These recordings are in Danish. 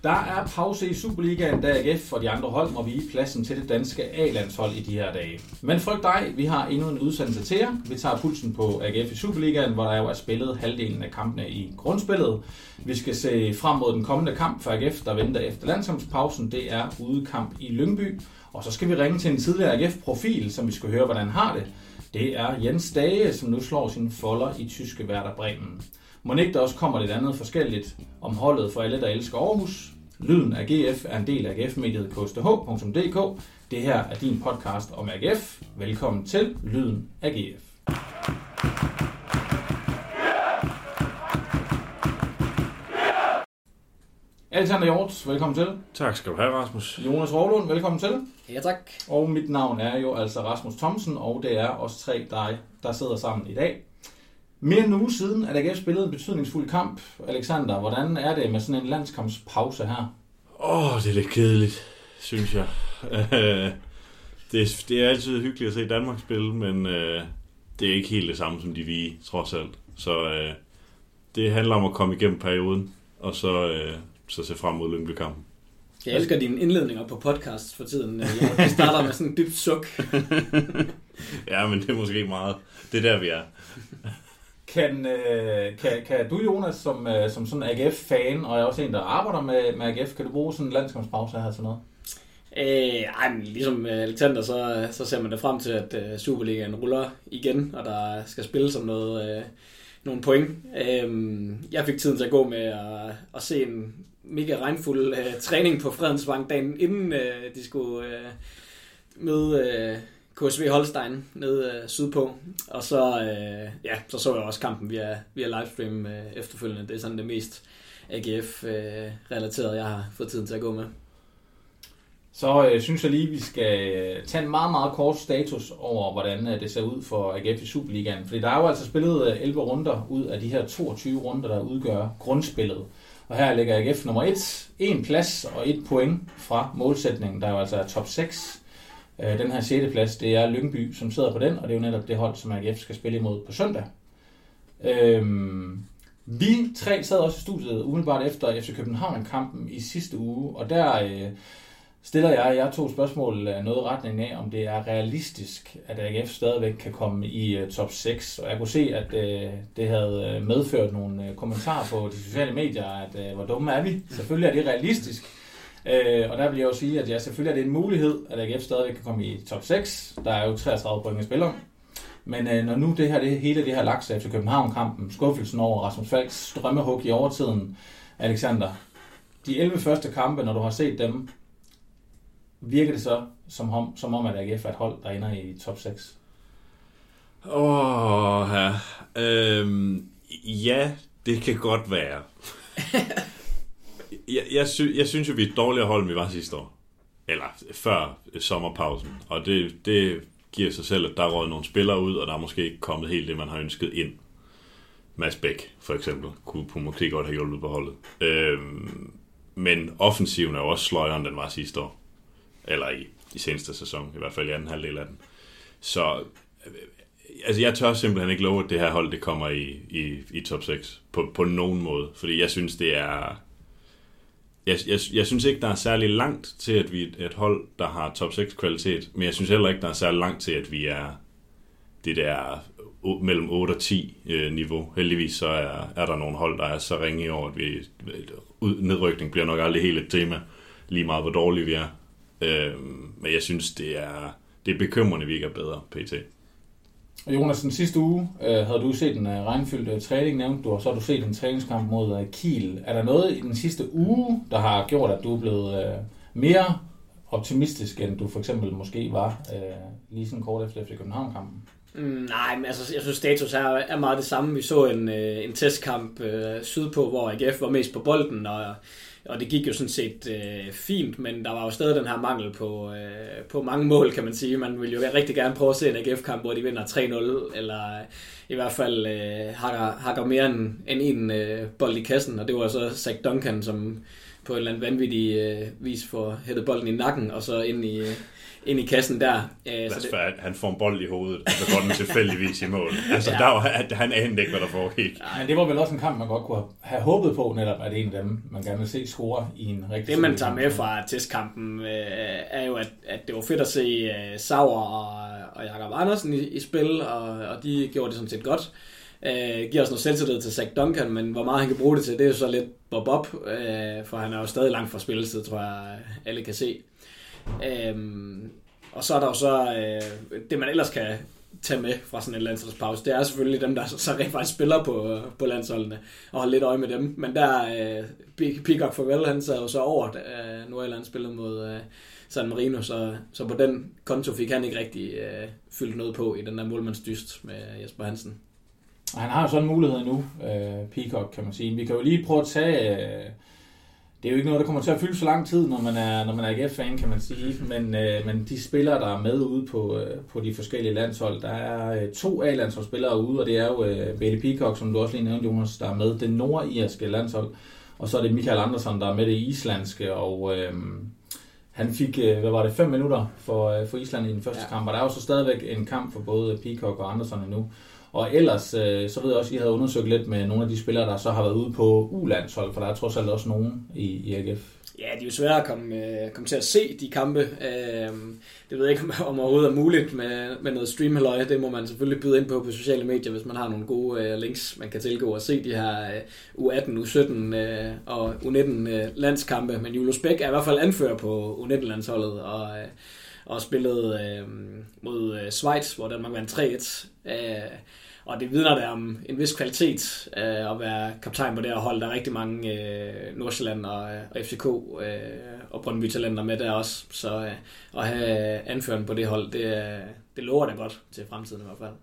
Der er pause i Superligaen, da AGF og de andre hold må vige pladsen til det danske A-landshold i de her dage. Men frygt dig, vi har endnu en udsendelse til jer. Vi tager pulsen på AGF i Superligaen, hvor der jo er spillet halvdelen af kampene i grundspillet. Vi skal se frem mod den kommende kamp for AGF, der venter efter landskampspausen. Det er udekamp i Lyngby. Og så skal vi ringe til en tidligere AGF-profil, som vi skal høre, hvordan har det. Det er Jens Dage, som nu slår sine folder i tyske Werder Bremen. Mon ikke der også kommer lidt andet forskelligt om holdet for alle, der elsker Aarhus. Lyden af GF er en del af AGF-mediet ksth.dk. Det her er din podcast om AGF. Velkommen til Lyden af GF. Alexander Hjort, velkommen til. Tak skal du have, Rasmus. Jonas Rovlund, velkommen til. Ja, tak. Og mit navn er jo altså Rasmus Thomsen, og det er os tre, der sidder sammen i dag. Mere end en uge siden, at AGF spillede en betydningsfuld kamp. Alexander, hvordan er det med sådan en landskampspause her? Det er lidt kedeligt, synes jeg. Det er altid hyggeligt at se Danmark spille, men det er ikke helt det samme som de vi, trods alt. Så det handler om at komme igennem perioden, og så se frem mod Lyngby-kampen. Jeg elsker dine indledninger på podcast for tiden. Vi starter med sådan en dybt suk. Ja, men det er måske ikke meget. Det er der, vi er. Kan du, Jonas, som sådan AGF-fan, og jeg er også en, der arbejder med AGF, kan du bruge sådan en landskampspause her til noget? Ligesom Alexander, så ser man det frem til, at Superligaen ruller igen, og der skal spilles om nogle point. Jeg fik tiden til at gå med at se en mega regnfuld træning på Fredensvang dagen inden de skulle møde KSV Holstein nede sydpå, og så jeg også kampen via livestream efterfølgende. Det er sådan det mest AGF-relaterede, jeg har fået tiden til at gå med. Så synes jeg lige, vi skal tage en meget, meget kort status over, hvordan det ser ud for AGF i Superligaen. Fordi der er jo altså spillet 11 runder ud af de her 22 runder, der udgør grundspillet. Og her ligger AGF nummer 1 plads og 1 point fra målsætningen, der jo altså er top 6. Den her 6. plads, det er Lyngby, som sidder på den, og det er jo netop det hold, som AGF skal spille imod på søndag. Vi tre sad også i studiet umiddelbart efter FC København-kampen i sidste uge, og der stiller jeg 2 spørgsmål noget i retning af, om det er realistisk, at AGF stadigvæk kan komme i top 6. Og jeg kunne se, at det havde medført nogle kommentarer på de sociale medier, at hvor dumme er vi? Selvfølgelig er det realistisk. Og der vil jeg jo sige, at selvfølgelig er det en mulighed, at AGF stadigvæk kan komme i top 6. Der er jo 33 point at spille om. Men når nu hele det her lagt sig efter København-kampen, skuffelsen over Rasmus Falks drømmehug i overtiden, Alexander, de 11 første kampe, når du har set dem, virker det så som om, at AGF er et hold, der ender i top 6? Ja, det kan godt være. Jeg synes jo, vi er et dårligere hold, end vi var sidste år. Eller før sommerpausen. Og det giver sig selv, at der er røget nogle spillere ud, og der er måske ikke kommet helt det, man har ønsket ind. Mads Bæk, for eksempel, kunne måske godt have hjulpet på holdet. Men offensiven er jo også sløjere, end den var sidste år. Eller i seneste sæson, i hvert fald i anden halvdel af den. Så altså, jeg tør simpelthen ikke love, at det her hold det kommer i top 6 på nogen måde. Fordi jeg synes, det er... Jeg synes ikke, der er særlig langt til, at vi er et hold, der har top 6 kvalitet. Men jeg synes heller ikke, der er særlig langt til, at vi er det der mellem 8 og 10 niveau. Heldigvis så er der nogle hold, der er så ringe i år, at nedrykning bliver nok aldrig helt et tema. Lige meget, hvor dårlige vi er. Men jeg synes, det er bekymrende, vi ikke er bedre, pt. Og Jonas, den sidste uge havde du set en regnfyldt træning, nævnte du, og så har du set en træningskamp mod Kiel. Er der noget i den sidste uge, der har gjort, at du er blevet mere optimistisk, end du for eksempel måske var lige sådan kort efter FC København-kampen? Nej, men altså, jeg synes, status er meget det samme. Vi så en testkamp sydpå, hvor AGF var mest på bolden, og det gik jo sådan set fint, men der var jo stadig den her mangel på mange mål, kan man sige. Man ville jo rigtig gerne prøve at se en AGF-kamp, hvor de vinder 3-0, eller i hvert fald hakker mere end en bold i kassen, og det var så Zach Duncan, som på en eller anden vanvittig vis får hættet bolden i nakken, og så ind i kassen der. Så han får en bold i hovedet, og så går den tilfældigvis i mål. Altså, han anede ikke, hvad der foregik. Men det var vel også en kamp, man godt kunne have håbet på, netop at en af dem, man gerne vil se score i en rigtig... Det, man tager med fra testkampen, er jo, at det var fedt at se Sauer og Jakob Andersen i spil, og de gjorde det sådan set godt. Giver os noget selvtillid til Zach Duncan, men hvor meget han kan bruge det til, det er jo så lidt bob, for han er jo stadig langt fra spilletid, tror jeg, alle kan se. Og så er der jo så det, man ellers kan tage med fra sådan en landsholdspause, det er selvfølgelig dem, der så rent faktisk spiller på landsholdene, og holde lidt øje med dem. Men der, Peacock Farvel, han sad jo så over, Nordjylland spillede mod San Marino, så på den konto fik han ikke rigtig fyldt noget på i den der målmandsdyst med Jesper Hansen. Og han har jo sådan en mulighed nu, Peacock, kan man sige. Vi kan jo lige prøve at tage... Det er jo ikke noget, der kommer til at fylde så lang tid, når man er AGF-fan, kan man sige. Men de spillere, der er med ude på de forskellige landshold, der er 2 A-landsholdsspillere ude, og det er jo Bailey Peacock, som du også lige nævnte, Jonas, der er med det nordirske landshold. Og så er det Michael Andersen, der er med det islandske, og han fik, 5 minutter for Island i den første kamp, og der er jo så stadigvæk en kamp for både Peacock og Andersen endnu. Og ellers, så ved jeg også, at I havde undersøgt lidt med nogle af de spillere, der så har været ude på U-landshold, for der er trods alt også nogen i AGF. Ja, de er jo svære at komme til at se de kampe. Det ved jeg ikke, om overhovedet er muligt med noget streamhalløj. Det må man selvfølgelig byde ind på sociale medier, hvis man har nogle gode links, man kan tilgå og se de her U18, U17 og U19 landskampe. Men Julius Bæk er i hvert fald anfører på U19-landsholdet og spillede mod Schweiz, hvor Danmark vandt 3-1. Og det vidner der om en vis kvalitet at være kaptajn på det her hold. Der er rigtig mange Nordsjælland og FCK og Brøndby-talenter med der også. Så at have anføreren på det hold, det lover da godt til fremtiden i hvert fald.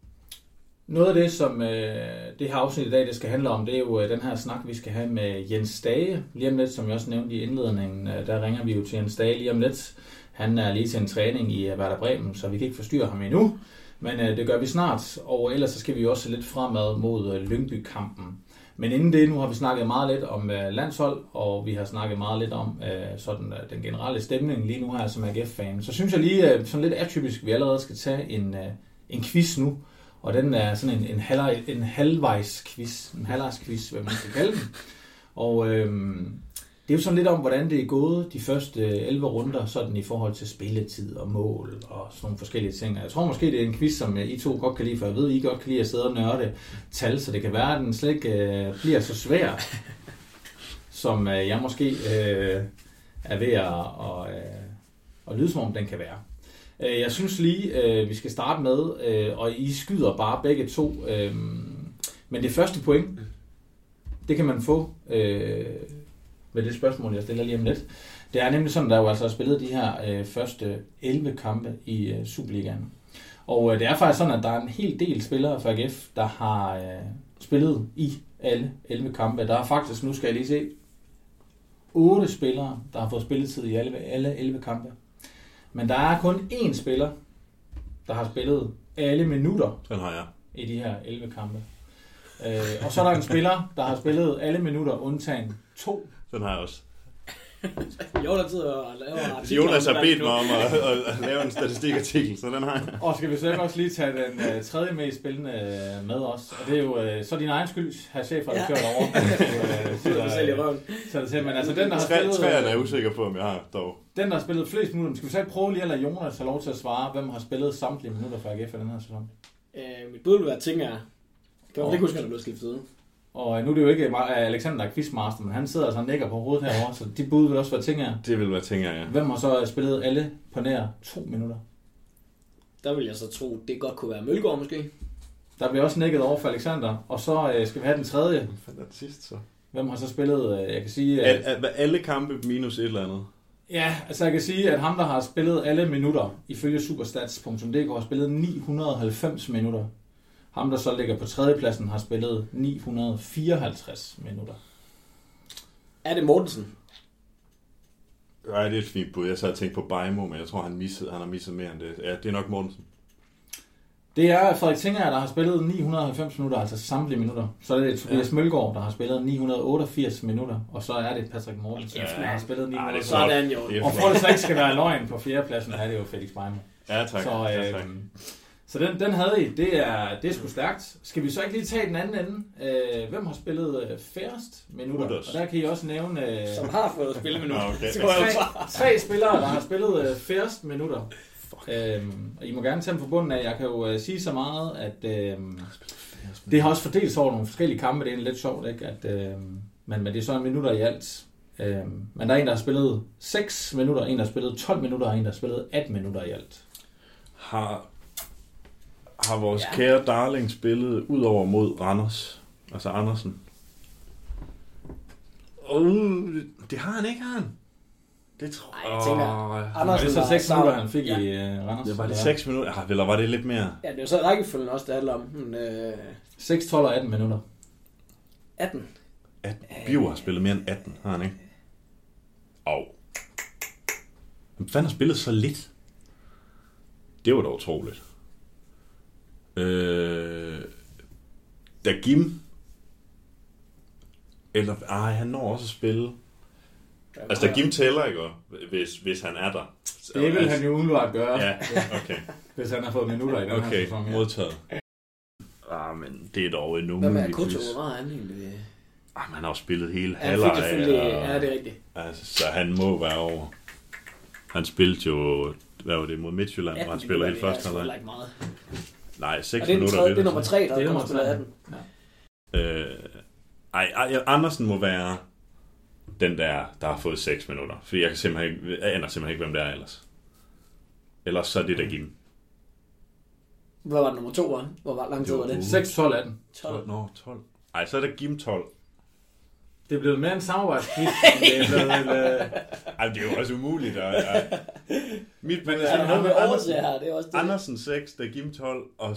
Noget af det, som det her afsnit i dag det skal handle om, det er jo den her snak, vi skal have med Jens Dage. Lige om lidt, som jeg også nævnte i indledningen, der ringer vi jo til Jens Dage lige om lidt. Han er lige til en træning i Werder Bremen, så vi kan ikke forstyrre ham endnu. Men det gør vi snart, og ellers så skal vi jo også lidt fremad mod Lyngby-kampen. Men inden det, nu har vi snakket meget lidt om landshold, og vi har snakket meget lidt om sådan den generelle stemning lige nu her som AGF-fan. Så synes jeg lige, sådan lidt atypisk, vi allerede skal tage en quiz nu. Og den er sådan en halvvejs-quiz, en halvvejs-quiz, hvad man skal kalde den. Og det er jo sådan lidt om, hvordan det er gået de første 11 runder, sådan i forhold til spilletid og mål og sådan nogle forskellige ting. Jeg tror måske, det er en quiz, som I to godt kan lide, for jeg ved, I godt kan lide at sidde og nørde tal, så det kan være, at den slet ikke bliver så svær, som jeg måske er ved at lyde, som om den kan være. Jeg synes lige, vi skal starte med, og I skyder bare begge to, men det første point, det kan man få med det spørgsmål, jeg stiller lige om lidt. Det er nemlig sådan, der jo altså har spillet de her første 11 kampe i Superligaen. Og det er faktisk sådan, at der er en hel del spillere fra AGF, der har spillet i alle 11 kampe. Der er faktisk, nu skal jeg lige se, 8 spillere, der har fået spilletid i alle 11 kampe. Men der er kun én spiller, der har spillet alle minutter i de her 11 kampe. Og så er der en spiller, der har spillet alle minutter undtagen 2. Den har jeg også. Jonas Jonas har bedt mig om at lave en statistikartikel, så den har jeg. Og skal vi så også lige tage den tredje mest spillende med os. Og det er jo så din egen skyld, her chefredaktør derovre. Så det til, men altså den, der har spillet... Træerne er usikker på, om jeg har dog. Den, der har spillet flest minutter, skal vi så prøve lige at lade Jonas have lov til at svare, hvem har spillet samtlige minutter for AGF i den her sæson? Mit bud vil være Tinger. Det var ikke huske, at der blev skiftet ud. Og nu er det jo ikke Alexander, der er quizmaster, men han sidder altså og nikker på hovedet herovre, så de bud vil også være Tinger. Det vil være Tinger, ja. Hvem har så spillet alle på nær 2 minutter? Der vil jeg så tro, det godt kunne være Mølgaard måske. Der bliver også nikket over for Alexander, og så skal vi have den tredje. Hvad er det sidste så? Hvem har så spillet, jeg kan sige... Alle kampe minus et eller andet? Ja, altså jeg kan sige, at ham, der har spillet alle minutter, ifølge superstats.dk, har spillet 990 minutter. Ham, der så ligger på tredjepladsen, har spillet 954 minutter. Er det Mortensen? Nej, det er et fint bud. Jeg så havde tænkt på Bajmo, men jeg tror, han har misset mere end det. Ja, det er nok Mortensen. Det er Frederik Tinger, der har spillet 990 minutter, altså samtlige minutter. Så er det Tobias Mølgaard, der har spillet 988 minutter. Og så er det Patrick Mortensen, der har spillet 900. Sådan jo. Og for at det så ikke skal være løgn på fjerdepladsen, er det jo Felix Beimo. Ja, tak. Så den havde I. Det er sgu stærkt. Skal vi så ikke lige tage den anden ende? Hvem har spillet færrest minutter? Og der kan I også nævne... som har fået spilleminutter. Okay. Tre spillere, der har spillet færrest minutter. Og I må gerne tage dem fra bunden af. Jeg kan jo sige så meget, at det har også fordelt sig over nogle forskellige kampe. Det er lidt sjovt, ikke? Men det er så en minutter i alt. Men der er en, der har spillet 6 minutter, en, der har spillet 12 minutter, og en, der har spillet 18 minutter i alt. Har vores kære darling spillet ud over mod Randers? Altså Andersen? Det har han ikke, har han? Det tror jeg. Jeg tænker, Andersen var det så 6 minutter, han fik i Randers? Det var det 6 minutter, eller var det lidt mere? Ja, det er jo så rækkefølgen også, det handler om. 6, 12 og 18 minutter. 18? Biver har spillet mere end 18, har han ikke? Hvem fanden har spillet så lidt? Det var da utroligt. Dagim. Eller, han når også at spille. Altså, Dagim tæller ikke, hvis han er der. Det vil han jo umiddelbart gøre. Ja, okay. Hvis han har fået minutter i den her sæson. Okay, modtaget. Men det er dog endnu muligt. Hvad med Akuto? Hvor var han egentlig? Han har jo spillet hele halvleg. Ja, det er rigtigt. Altså, så han må være over. Han spillede jo, hvad var det, mod Midtjylland, hvor han spiller helt første halvleg. Det er ikke meget. Nej, 6 minutter. Det er nummer 3, der kommer spillet 18. Andersen må være den der har fået 6 minutter. Fordi jeg aner simpelthen ikke, hvem det er ellers. Ellers så er det Dagim. Hvad var det nummer 2, var? Hvor lang tid var det? 6, 12, 18. 12. Nå, 12. Ej, så er det Gim 12. Det er blevet mere en samarbejdsquiz. Det er jo også umuligt. Mit men er noget med Aarhus her, det er også det. Andersen 6, Dagim 12, og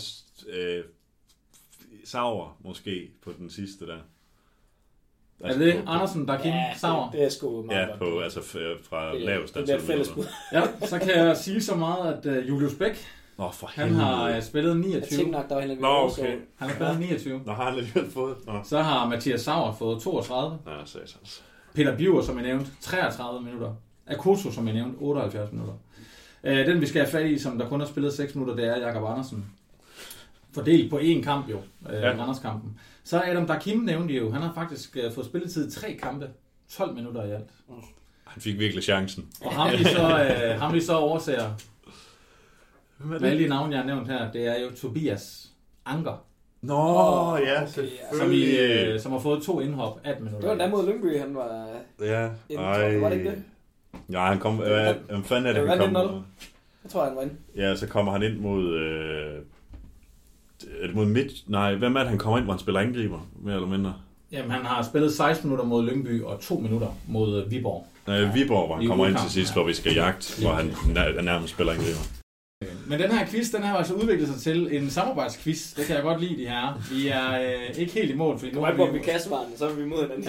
Sauer måske på den sidste der. Er det Andersen, Dagim, Sauer? Det er sgu meget godt. Ja, altså fra lavest. Det er et fællesbud. Ja, så kan jeg sige så meget, at Julius Bæk, han har spillet 29. Jeg tænkte nok, der var helt okay. Han har spillet 29. Nå, har han alligevel fået. Så har Mathias Sauer fået 32. Ja, satans. Peter Biver, som jeg nævnte, 33 minutter. Akoto, som jeg nævnte, 78 minutter. Den, vi skal have fat i, som der kun har spillet 6 minutter, det er Jakob Andersen. Fordelt på én kamp jo, Randerskampen. Så Adam Dagim nævnte jo, han har faktisk fået spilletid i 3 kampe, 12 minutter i alt. Han fik virkelig chancen. Og ham vi så overser, med alle de navne, jeg har nævnt her, det er jo Tobias Anker. Nå, ja, selvfølgelig. Som har fået 2 indhop, 18 minutter. Det var den mod Lyngby, han var... Ja, var det ikke det? Ja, han kom... Hvem fanden er det, han kom? Jeg tror, han var inde. Ja, så kommer han ind mod... Er det mod midt? Nej, hvem er det, han kommer ind, hvor han spiller angriber, mere eller mindre? Jamen, han har spillet 16 minutter mod Lyngby og 2 minutter mod Viborg. Viborg, hvor han kommer ind til sidst, hvor vi skal jagte, hvor han nærmest spiller angriber. Men den her quiz, den har altså udviklet sig til en samarbejdsquiz. Det kan jeg godt lide, de her. Vi er ikke helt i mål, fordi nu er vi kassevaren, så er vi imod hinanden.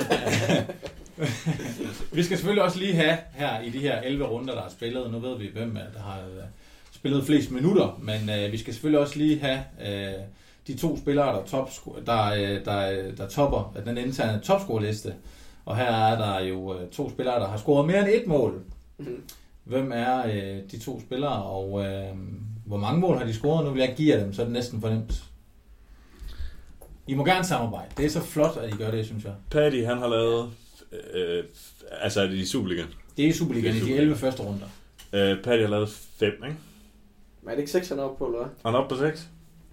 Vi skal selvfølgelig også lige have her i de her 11 runder, der er spillet. Nu ved vi, hvem der har spillet flest minutter, men vi skal selvfølgelig også lige have de 2 spillere, der topper den interne topscoreliste. Og her er der jo 2 spillere, der har scoret mere end 1 mål. Hvem er de 2 spillere, og hvor mange mål har de scoret? Nu vil jeg give dem, så er det næsten fornemt. I må gerne samarbejde. Det er så flot, at I gør det, synes jeg. Paddy, han har lavet... altså er det i Superligaen? Det er i Superligaen i de 11 første runder. Paddy har lavet 5, ikke? Men er det ikke 6, han er oppe på, eller hvad? Han er oppe på 6?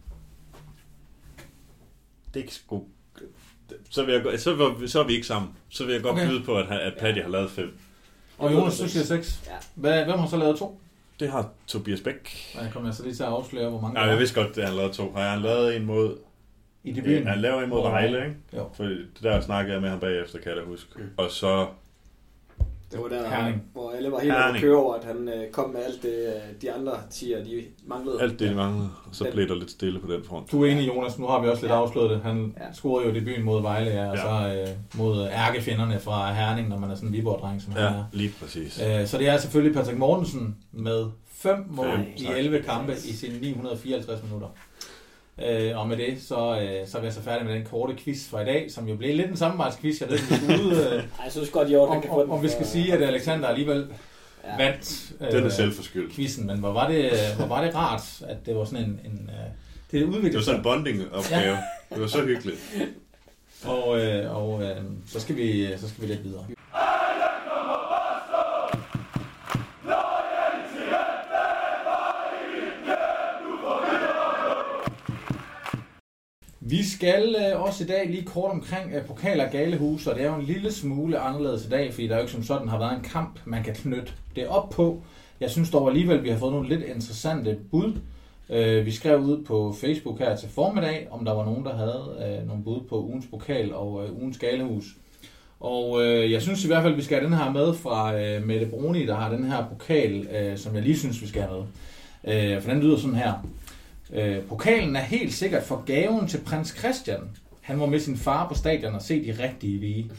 Det er ikke sgu... Så er vi ikke sammen. Så vil jeg godt byde på, at Paddy har lavet 5. Og Jonas, du siger 6. Ja. Hvem har så lavet 2? Det har Tobias Bæk. Jeg kommer så lige til at afsløre, hvor mange der er. Jeg vidste godt, at han lavede 2. Har han lavet en mod... I debuten? Han laver en mod Vejle, ikke? Jo. For det der snakkede jeg med ham bagefter, kan jeg da huske. Og så... Det var der, hvor alle var helt oppe at køre over, at han kom med alt det, de andre tier, de manglede. Alt det, de manglede. Og så blev der lidt stille på den front. Du er enig, Jonas. Nu har vi også lidt afsløret det. Han scorede jo debuten mod Vejle, og så mod ærkefjenderne fra Herning, når man er sådan en Viborg-dreng, som han er. Lige præcis. Så det er selvfølgelig Patrick Mortensen med 5 mål i 11 kampe i sine 954 minutter. Og med det, så er vi så færdige med den korte quiz for i dag, som jo blev lidt en samarbejdsquiz. Jeg ved, vi skal ud, jeg synes godt, Jordan kan få den. Om vi skal sige, at Alexander alligevel vandt den er selvforskyldt. Quizzen, men hvor var det rart, at det var sådan en det udviklet. Det var sådan en bonding-opgave. Det var så hyggeligt. Og så skal vi lidt videre. Vi skal også i dag lige kort omkring pokal og galehus, og det er jo en lille smule anderledes i dag, fordi der jo ikke som sådan har været en kamp, man kan knytte det op på. Jeg synes dog alligevel, at vi har fået nogle lidt interessante bud. Vi skrev ud på Facebook her til formiddag, om der var nogen, der havde nogle bud på ugens pokal og ugens galehus. Og jeg synes i hvert fald, at vi skal have den her med fra Mette Bruni, der har den her pokal, som jeg lige synes, vi skal have med. For den lyder sådan her. Pokalen er helt sikkert for gaven til prins Christian. Han var med sin far på stadion og se de rigtige vige.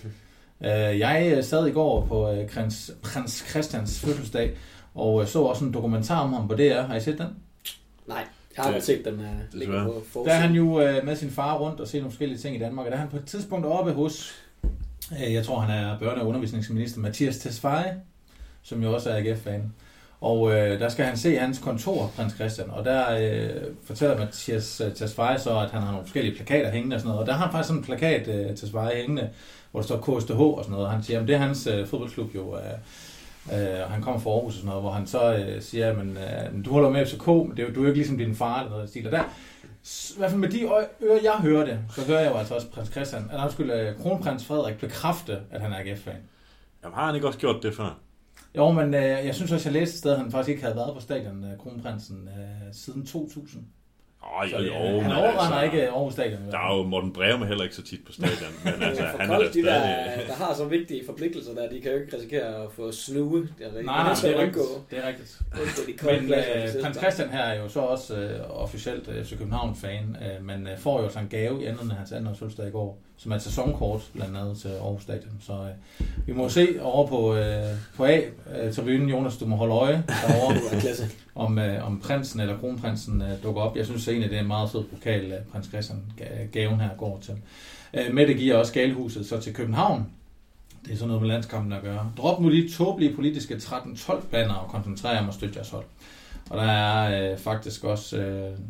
Jeg sad i går på prins Christians fødselsdag og så også en dokumentar om ham på DR. Har I set den? Nej, jeg har ikke set den. Ligger på forsiden. Der er han jo med sin far rundt og ser nogle forskellige ting i Danmark. Og der er han på et tidspunkt oppe hos, jeg tror han er børne- og undervisningsminister Mattias Tesfaye, som jo også er AGF-fan. Og der skal han se hans kontor, prins Christian, og der fortæller Mattias Tesfaye så, at han har nogle forskellige plakater hængende og sådan noget. Og der har han faktisk sådan en plakat, Tesfaye hængende, hvor der står KSTH og sådan noget. Og han siger, at det er hans fodboldklub jo, og han kommer fra Aarhus og sådan noget, hvor han så siger, men du holder med FCK, men du er jo ikke ligesom din far eller noget stil. Og der, i hvert fald med de ører, jeg hører det, så hører jeg jo altså også prins Christian, at han skulle kronprins Frederik bekræfte, at han er AGF-fan. Jamen har han ikke også gjort det før? Jo, men jeg synes også, jeg læste et sted, at han faktisk ikke havde været på stadion, kronprinsen, siden 2000. Han overrender ikke Aarhus Stadion. Der er jo Morten Breum heller ikke så tit på stadion. Men altså, han er de der har så vigtige forpliktelser der, de kan jo ikke risikere at få snue. Nej, det er rigtigt. Men prins Christian her er jo så også officielt FC København-fan, men får jo sådan en gave i enden af hans anden fødselsdag i går, som er et sæsonkort blandt andet til Aarhus Stadion. Så vi må se over på A-tribunen, Jonas, du må holde øje derovre, om prinsen eller kronprinsen dukker op. Jeg synes egentlig, det er en meget sød pokal, prins Christian gaven her går til. Mette giver også galehuset så til København. Det er sådan noget med landskampen at gøre. Drop nu de tåbelige politiske 13-12-bander og koncentrer jer om at støtte jeres hold. Og der er faktisk også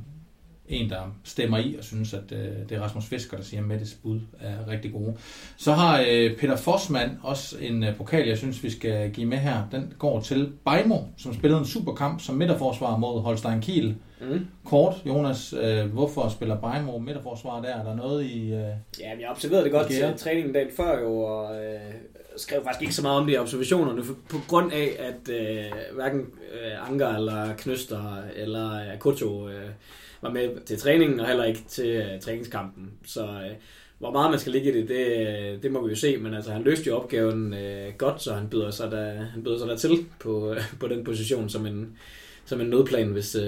en, der stemmer i og synes, at det er Rasmus Fisker, der siger, at Mettes bud er rigtig gode. Så har Peter Forsman også en pokal, jeg synes, vi skal give med her. Den går til Bajmo, som spillede en superkamp som midterforsvar mod Holstein Kiel. Kort, Jonas, hvorfor spiller Bajmo midterforsvar der? Er der noget i... Ja, jeg observerede det godt til træningen dagen før jo, og skrev faktisk ikke så meget om det i observationerne, på grund af, at hverken Anker eller Knøster eller Koto var med til træningen, og heller ikke til træningskampen. Så hvor meget man skal ligge i det må vi jo se, men altså han løste jo opgaven godt, så han byder sig der til på den position som en nødplan,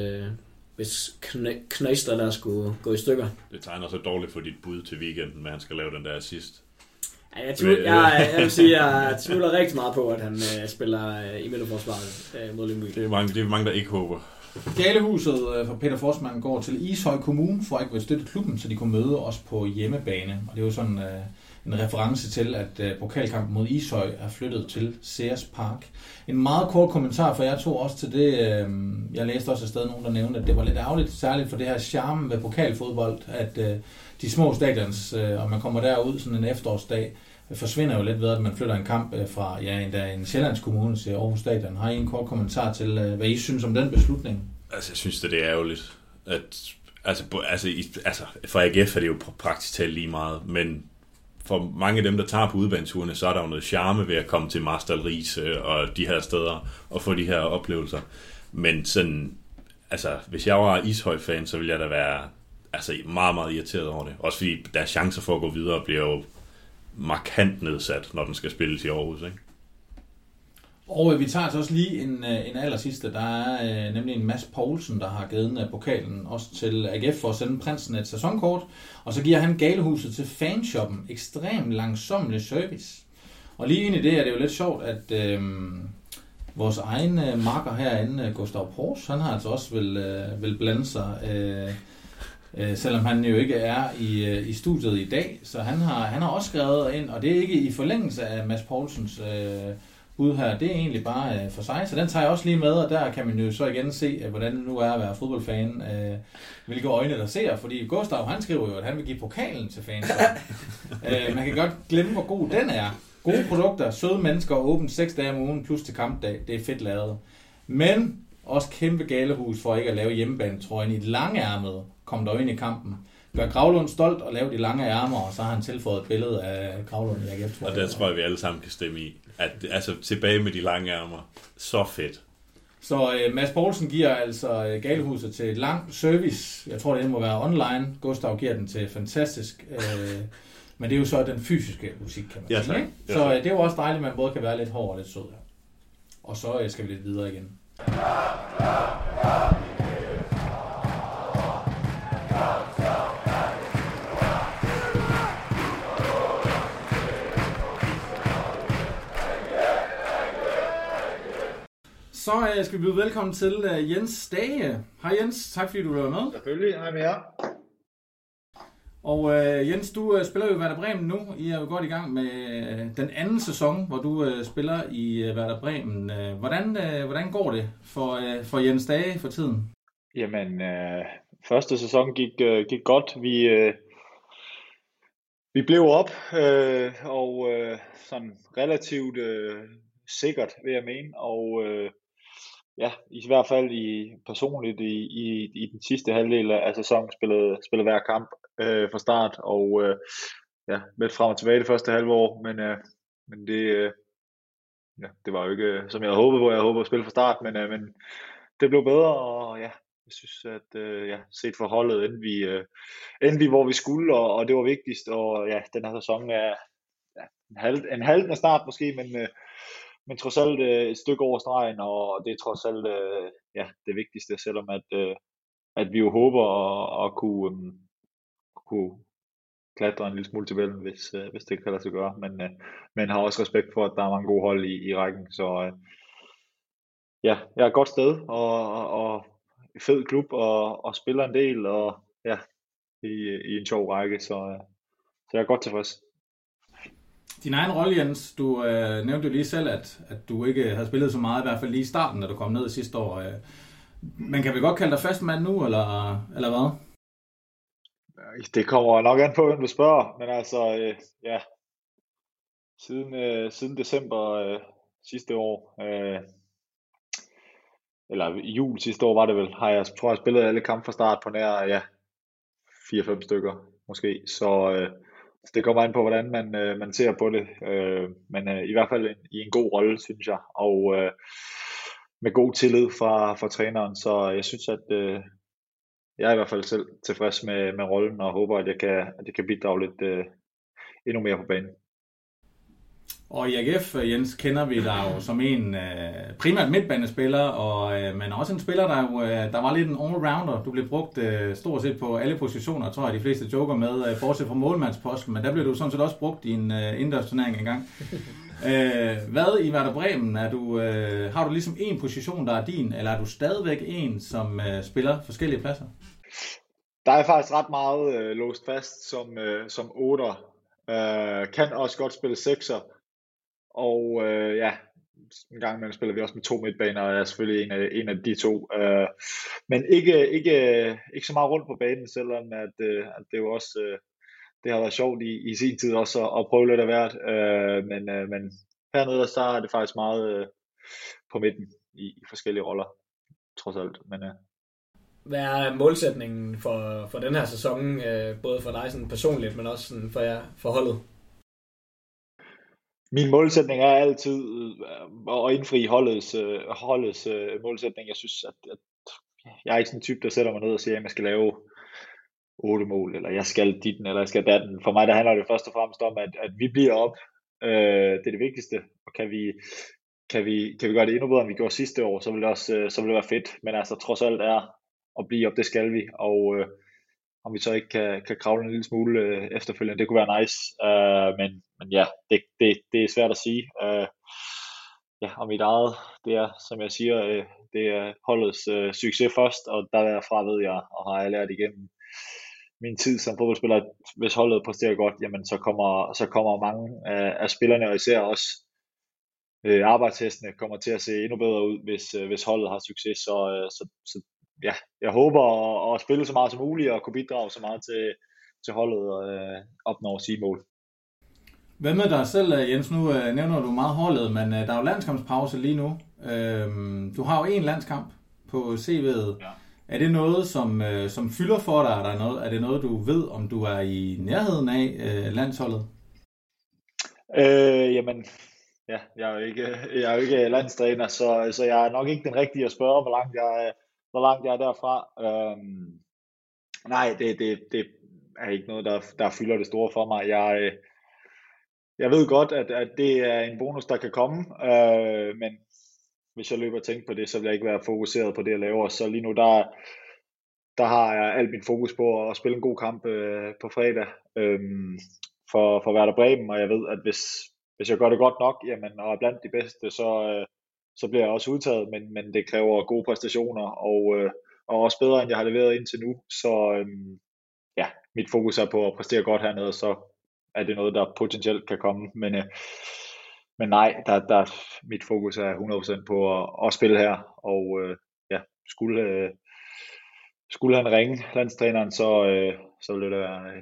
hvis Knøster der skulle gå i stykker. Det tegner så dårligt for dit bud til weekenden, men han skal lave den der assist. Ja, jeg vil sige, jeg tvivler rigtig meget på, at han spiller i midterforsvaret mod Lyngby. Det er mange, der ikke håber. Galehuset for Peter Forsman går til Ishøj Kommune for at ikke vil støtte klubben, så de kunne møde os på hjemmebane. Og det er jo sådan en reference til, at pokalkampen mod Ishøj er flyttet til Sears Park. En meget kort kommentar, for jeg tog også til det, jeg læste også et sted nogen, der nævnte, at det var lidt ærgerligt, særligt for det her charme ved pokalfodbold, at de små stadions, og man kommer derud sådan en efterårsdag, forsvinder jo lidt ved, at man flytter en kamp fra en Sjællands Kommune til Aarhus Stadion. Har I en kort kommentar til, hvad I synes om den beslutning? Altså, jeg synes, det er ærgerligt. For AGF er det jo praktisk talt lige meget, men for mange af dem, der tager på udebaneturene, så er der jo noget charme ved at komme til Marstal Riise og de her steder og få de her oplevelser. Men sådan, altså, hvis jeg var Ishøj-fan, så ville jeg da være meget, meget irriteret over det. Også fordi deres chancer for at gå videre bliver jo markant nedsat, når den skal spilles i Aarhus, ikke? Og vi tager altså også lige en allersidste. Der er nemlig en Mads Poulsen, der har givet pokalen også til AGF for at sende prinsen et sæsonkort. Og så giver han galehuset til fanshoppen. Ekstremt langsommelig service. Og lige ind i det er det jo lidt sjovt, at Vores egen makker herinde, Gustav Pors, han har altså også vil blande sig, selvom han jo ikke er i studiet i dag. Så han har også skrevet ind, og det er ikke i forlængelse af Mads Poulsens bud her, det er egentlig bare for sig. Så den tager jeg også lige med, og der kan man jo så igen se, hvordan det nu er at være fodboldfan, hvilke øjne der ser, fordi Gustav, han skriver jo, at han vil give pokalen til fans. Man kan godt glemme, hvor god den er. Gode produkter, søde mennesker, åbent 6 dage om ugen, plus til kampdag. Det er fedt lavet. Men også kæmpe galehus for ikke at lave hjemmebanetrøjen i et lange kom der ind i kampen. Gør Gravlund stolt og lave de lange ærmer, og så har han tilføjet et billede af Gravlund i AGF. Og der tror jeg, vi alle sammen kan stemme i. Altså tilbage med de lange ærmer. Så fedt. Så Mads Poulsen giver altså galehuset til lang service. Jeg tror, det må være online. Gustav giver den til fantastisk. Men det er jo så den fysiske musik, kan man sige. Ikke? Så det er jo også dejligt, at man både kan være lidt hård og lidt sød. Og så skal vi lidt videre igen. Så skal vi byde velkommen til Jens Stage. Hej Jens, tak fordi du var med. Selvfølgelig, hej med jer. Og Jens, du spiller jo i Werder Bremen nu. I er jo godt i gang med den anden sæson, hvor du spiller i Werder Bremen. Hvordan går det for Jens Stage for tiden? Jamen, første sæson gik godt. Vi blev op, og sådan relativt sikkert, vil jeg mene. Og ja, i hvert fald personligt i den sidste halvdel af sæsonen spillede hver kamp fra start, og ja, lidt frem og tilbage det første halve år, men det var jo ikke, som jeg havde håbet på. Jeg havde håbet at spille fra start, men det blev bedre, og ja, jeg synes, at set for holdet endte vi, hvor vi skulle, og det var vigtigst, og ja, den her sæson er en halvdende start måske, men trods alt et stykke over stregen, og det er trods alt det vigtigste, selvom at vi jo håber at kunne klatre en lille smule til tabellen, hvis det kan lade sig gøre, men har også respekt for, at der er mange gode hold i rækken, så ja, jeg er et godt sted, og fed klub, og spiller en del, og ja, i en sjov række, så jeg er godt tilfreds. Din egen rolle, Jens, du nævnte jo lige selv, at du ikke havde spillet så meget, i hvert fald lige i starten, da du kom ned sidste år. Men kan vi godt kalde dig fast mand nu, eller hvad? Det kommer nok an på, hvem du spørger, men altså, ja, siden december sidste år, eller i jul sidste år var det vel, tror jeg spillet alle kampe fra start på nær 4-5 stykker måske, så det kommer an på, hvordan man ser på det, men i hvert fald i en god rolle, synes jeg, og med god tillid fra træneren, så jeg synes, at jeg er i hvert fald selv tilfreds med rollen, og håber, at jeg kan bidrage lidt endnu mere på banen. Og i AGF, Jens, kender vi dig jo som en primært midtbanespiller, men også en spiller, der var lidt en all-rounder. Du blev brugt stort set på alle positioner, tror jeg, de fleste joker med, bortset fra målmandsposten, men der blev du sådan set også brugt i en indendørsturnering engang. Hvad i Werder Bremen? Har du ligesom en position, der er din, eller er du stadigvæk en, som spiller forskellige pladser? Der er faktisk ret meget låst fast som 8'er. Kan også godt spille 6'er. Og en gang imellem spiller vi også med 2 midtbaner, og jeg er selvfølgelig en af de to. Men ikke så meget rundt på banen, selvom at det jo også det har været sjovt i sin tid også at prøve lidt af hvert. Men hernede så er det faktisk meget på midten i forskellige roller, trods alt. Hvad er målsætningen for den her sæson, både for dig sådan personligt, men også sådan for holdet? Min målsætning er altid at indfri holdets målsætning. Jeg synes, at jeg er ikke sådan en type, der sætter mig ned og siger, at jeg skal lave 8 mål, eller jeg skal ditten, eller jeg skal datten. For mig der handler det først og fremmest om, at vi bliver op. Det er det vigtigste. Og kan vi gøre det endnu bedre, end vi gjorde sidste år, så vil det være fedt. Men altså trods alt er at blive op, det skal vi. Og om vi så ikke kan kravle en lille smule efterfølgende, det kunne være nice. Men ja, det er svært at sige. og mit eget, det er, som jeg siger, det er holdets succes først, og derfra ved jeg, og har jeg lært igennem min tid som fodboldspiller, at hvis holdet præsterer godt, jamen så kommer mange af spillerne, og især også arbejdshestene, kommer til at se endnu bedre ud, hvis holdet har succes. Så ja, jeg håber at spille så meget som muligt, og kunne bidrage så meget til holdet og opnå sine mål. Hvad med dig selv, Jens? Nu nævner du meget holdet, men der er jo landskampspause lige nu. Du har jo en landskamp på CV'et. Ja. Er det noget, som fylder for dig? Er det noget, du ved, om du er i nærheden af landsholdet? Jamen, ja, jeg er jo ikke landstræner, så jeg er nok ikke den rigtige at spørge, hvor langt jeg er derfra. Nej, det er ikke noget, der fylder det store for mig. Jeg ved godt, at det er en bonus, der kan komme, men hvis jeg løber og tænker på det, så vil jeg ikke være fokuseret på det, jeg laver. Så lige nu, der har jeg alt mit fokus på at spille en god kamp på fredag for Werder Bremen, og jeg ved, at hvis jeg gør det godt nok, jamen, og er blandt de bedste, så bliver jeg også udtaget, men det kræver gode præstationer, og også bedre, end jeg har leveret indtil nu. Så ja, mit fokus er på at præstere godt hernede, så er det noget, der potentielt kan komme, men nej, mit fokus er 100% på at spille her, og ja, skulle han ringe landstræneren, så ville det være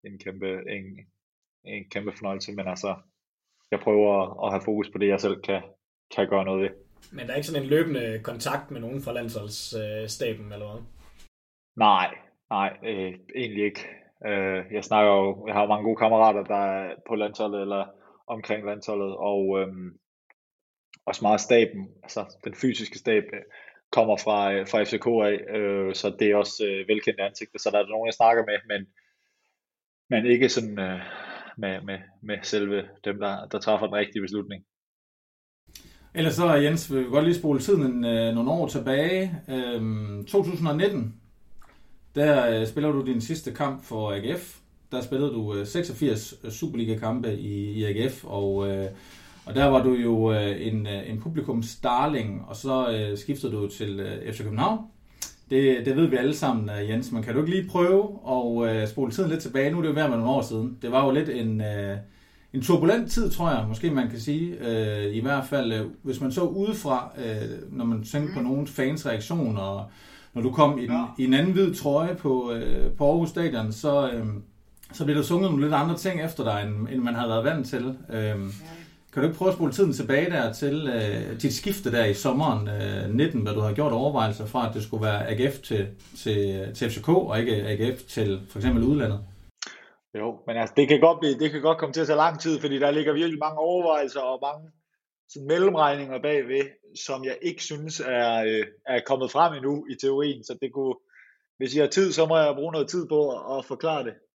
en kæmpe fornøjelse, men altså, jeg prøver at have fokus på det, jeg selv kan gøre noget ved. Men der er ikke sådan en løbende kontakt med nogen fra landsholdsstaben, eller hvad? Nej, egentlig ikke. Jeg har jo mange gode kammerater, der er på landsholdet eller omkring landsholdet, og også meget staben, altså den fysiske stab, kommer fra FCK af, så det er også velkendte ansigter, så der er nogen, jeg snakker med, men ikke sådan med selve dem, der træffer den rigtige beslutning. Ellers så, Jens, vil vi godt lige spole tiden nogle år tilbage. 2019, der spiller du din sidste kamp for AGF. Der spillede du 86 Superliga-kampe i AGF, og der var du jo en publikumsdarling, og så skiftede du til FC København. Det ved vi alle sammen, Jens, men kan du ikke lige prøve at spole tiden lidt tilbage? Nu er det jo ved med nogle år siden. Det var jo lidt en turbulent tid, tror jeg, måske man kan sige. I hvert fald, hvis man så udefra, når man tænker på nogle fans reaktioner, når du kom i en anden hvid trøje på Aarhus Stadion, så blev der sunget nogle lidt andre ting efter dig, end man havde været vant til. Kan du ikke prøve at spole tiden tilbage der til dit skifte der i sommeren 19, hvad du har gjort overvejelser fra, at det skulle være AGF til FCK, og ikke AGF til for eksempel udlandet? Jo, men altså, det kan godt komme til at tage lang tid, fordi der ligger virkelig mange overvejelser og mange sådan mellemregninger bagved, som jeg ikke synes er kommet frem endnu i teorien, så det kunne, hvis I har tid, så må jeg bruge noget tid på at forklare det.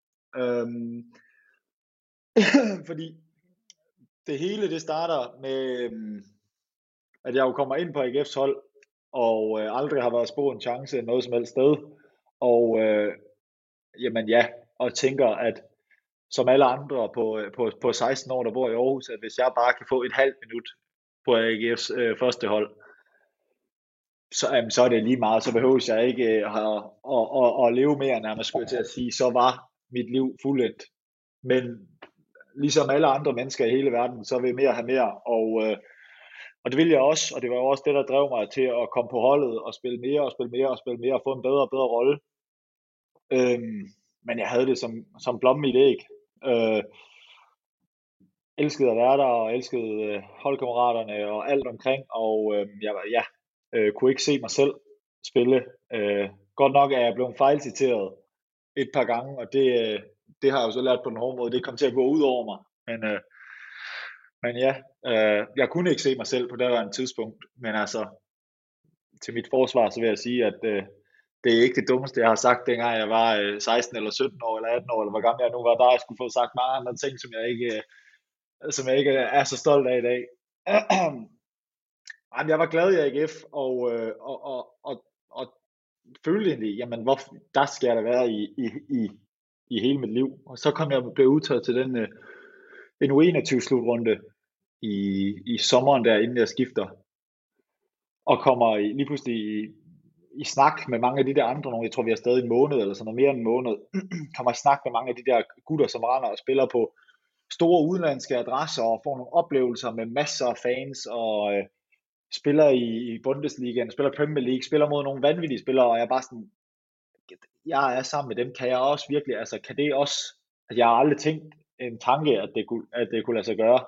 Fordi det hele, det starter med, at jeg jo kommer ind på AGF's hold, og aldrig har været spurgt en chance noget som helst sted, og jamen ja, og tænker, at som alle andre på 16 år, der bor i Aarhus, at hvis jeg bare kan få et halvt minut på AGF's første hold, så er det lige meget, så behøver jeg ikke at leve mere, nærmest skulle jeg til at sige, så var mit liv fuldendt. Men ligesom alle andre mennesker i hele verden, så vil jeg mere have mere, og det vil jeg også, og det var også det, der drev mig til at komme på holdet og spille mere og spille mere og spille mere og få en bedre og bedre rolle. Men jeg havde det som blommen i et æg. Elskede at være der, og elskede holdkammeraterne og alt omkring, og jeg kunne ikke se mig selv spille. Godt nok er jeg blevet fejlciteret et par gange, og det har jeg jo så lært på den hårde måde. Det kom til at gå ud over mig. Men ja, jeg kunne ikke se mig selv på det her tidspunkt. Men altså, til mit forsvar, så vil jeg sige, at det er ikke det dummeste, jeg har sagt, dengang jeg var 16 eller 17 år eller 18 år, eller hvor gammel jeg nu var, der jeg skulle få sagt mange andre ting, som jeg ikke er så stolt af i dag. Jeg var glad i AGF, og følte egentlig, jamen, der skal jeg da være i hele mit liv. Og så kom jeg og blev udtaget til den en U21-slutrunde, i sommeren der, inden jeg skifter, og kommer lige pludselig i snak med mange af de der andre, nogle, jeg tror vi har stadig en måned, eller sådan noget mere end en måned, kommer i snak med mange af de der gutter, som render og spiller på store udenlandske adresser, og får nogle oplevelser med masser af fans, og spiller i Bundesligaen, spiller Premier League, spiller mod nogle vanvittige spillere, og jeg er bare sådan, jeg er sammen med dem, kan jeg også virkelig, altså kan det også, at jeg har aldrig tænkt en tanke, at det kunne lade sig gøre.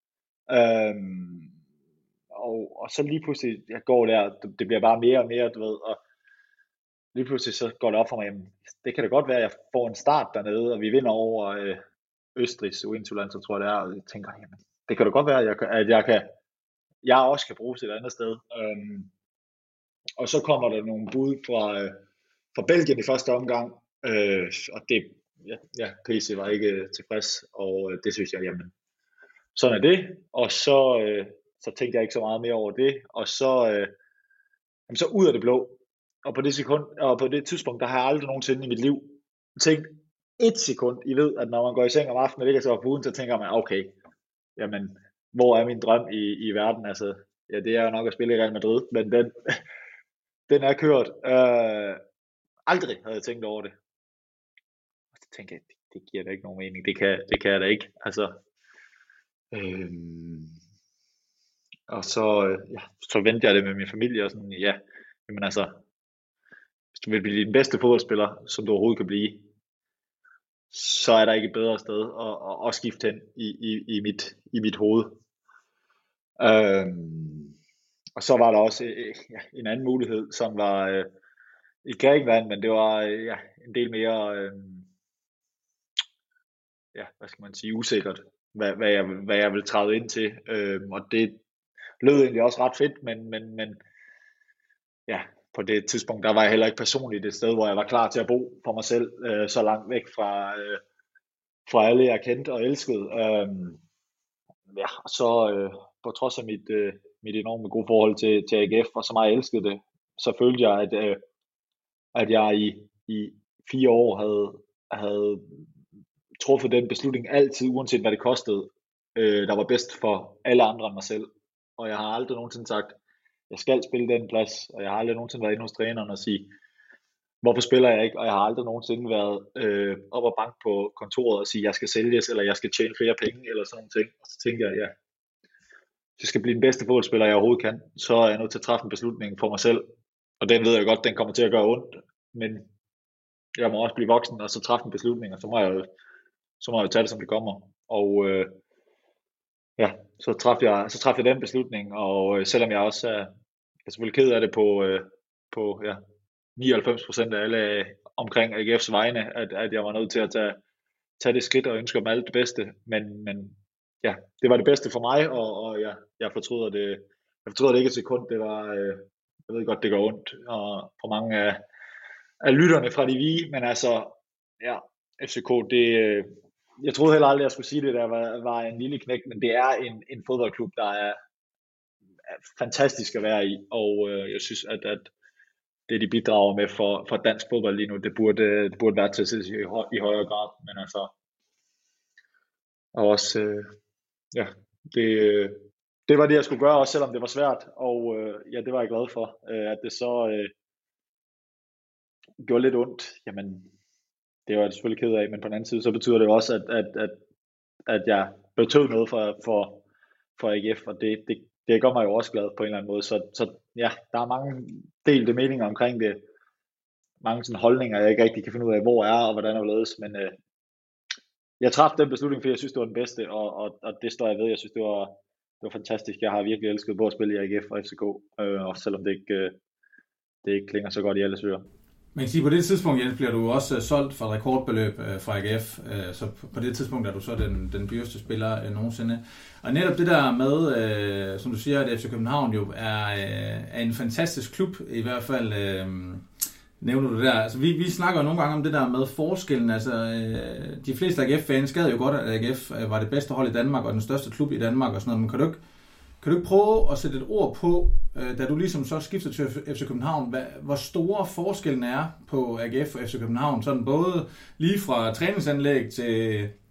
Og så lige pludselig, jeg går der, det bliver bare mere og mere, du ved, og lige pludselig så går det op for mig, jamen, det kan da godt være, at jeg får en start dernede, og vi vinder over Østrigs Uintuland, så tror jeg det er, og jeg tænker, jamen, det kan da godt være, at jeg også kan bruges et andet sted. Og så kommer der nogle bud fra Belgien i første omgang, og det, PC var ikke tilfreds, og det synes jeg, jamen, sådan er det, og så tænkte jeg ikke så meget mere over det, og så ud af det blå, og på det tidspunkt, der har jeg aldrig nogensinde i mit liv tænkt et sekund. I ved, at når man går i seng om aftenen og ligger sig op på uden, så tænker man, okay, jamen, hvor er min drøm i verden? Altså, ja, det er jo nok at spille i Real Madrid, men den er kørt. Aldrig havde jeg tænkt over det. Og så tænkte jeg, det giver da ikke nogen mening. Det kan jeg da ikke. Altså, og så vendte jeg det med min familie, og sådan, ja, jamen altså, hvis du vil blive den bedste fodboldspiller, som du overhovedet kan blive, så er der ikke et bedre sted at skifte hen i mit hoved. Og så var der også en anden mulighed, som var i Grækenland, men det var en del mere, hvad skal man sige, usikkert, hvad jeg ville træde ind til. Og det lød egentlig også ret fedt, men ja, på det tidspunkt, der var jeg heller ikke personligt et sted, hvor jeg var klar til at bo for mig selv, så langt væk fra alle, jeg kendte og elskede. Og så på trods af mit enorme gode forhold til AGF, og så meget jeg elskede det, så følte jeg, at jeg i 4 år havde truffet den beslutning altid, uanset hvad det kostede, der var bedst for alle andre end mig selv. Og jeg har aldrig nogensinde sagt, jeg skal spille den plads, og jeg har aldrig nogensinde været inde hos træneren og sige, hvorfor spiller jeg ikke? Og jeg har aldrig nogensinde været op og bank på kontoret og sige, jeg skal sælges, eller jeg skal tjene flere penge, eller sådan nogle ting. Og så tænker jeg, ja, hvis jeg skal blive den bedste fodboldspiller, jeg overhovedet kan, så er jeg nødt til at træffe en beslutning for mig selv. Og den ved jeg godt, den kommer til at gøre ondt, men jeg må også blive voksen, og så træffe en beslutning, og så må jeg jo tage det, som det kommer. Og så træffede jeg den beslutning, og selvom jeg også er selvfølgelig ked af det på 99% af alle omkring AGF's vegne, at jeg var nødt til at tage det skridt og ønske dem alt det bedste, men ja, det var det bedste for mig, og jeg fortryder det. Jeg fortryder det ikke et sekund. Det var, jeg ved godt, det gør ondt, og for mange af lytterne fra de Vige, men altså, ja, FCK, det, jeg troede heller aldrig, jeg skulle sige det, der var en lille knæk, men det er en fodboldklub, der er fantastisk at være i, og jeg synes, at det, de bidrager med for dansk fodbold lige nu, det burde være til at se i højere grad, men altså, og også, det var det, jeg skulle gøre, også selvom det var svært, og det var jeg glad for, at det så gjorde lidt ondt, jamen, det var jeg selvfølgelig ked af, men på den anden side, så betyder det også, at jeg betød noget for AGF, og det gør mig jo også glad på en eller anden måde, så ja, der er mange delte meninger omkring det, mange sådan holdninger, jeg ikke rigtig kan finde ud af, hvor er og hvordan er ledes, men jeg traf den beslutning, fordi jeg synes, det var den bedste, og det står jeg ved. Jeg synes, det var fantastisk. Jeg har virkelig elsket både at spille i AGF og FCK, og selvom det ikke klinger så godt i alles ører. Men sige, på det tidspunkt, Jens, bliver du også solgt for et rekordbeløb fra AGF, så på det tidspunkt er du så den dyreste spiller nogensinde. Og netop det der med, som du siger, at FC København jo er en fantastisk klub, i hvert fald nævner du det der. Altså, vi snakker jo nogle gange om det der med forskellen. Altså, de fleste AGF-fans gad jo godt, at AGF var det bedste hold i Danmark og den største klub i Danmark og sådan noget. Men kan du ikke prøve at sætte et ord på, da du ligesom så skifter til FC København, hvor store forskellen er på AGF og FC København, sådan både lige fra træningsanlæg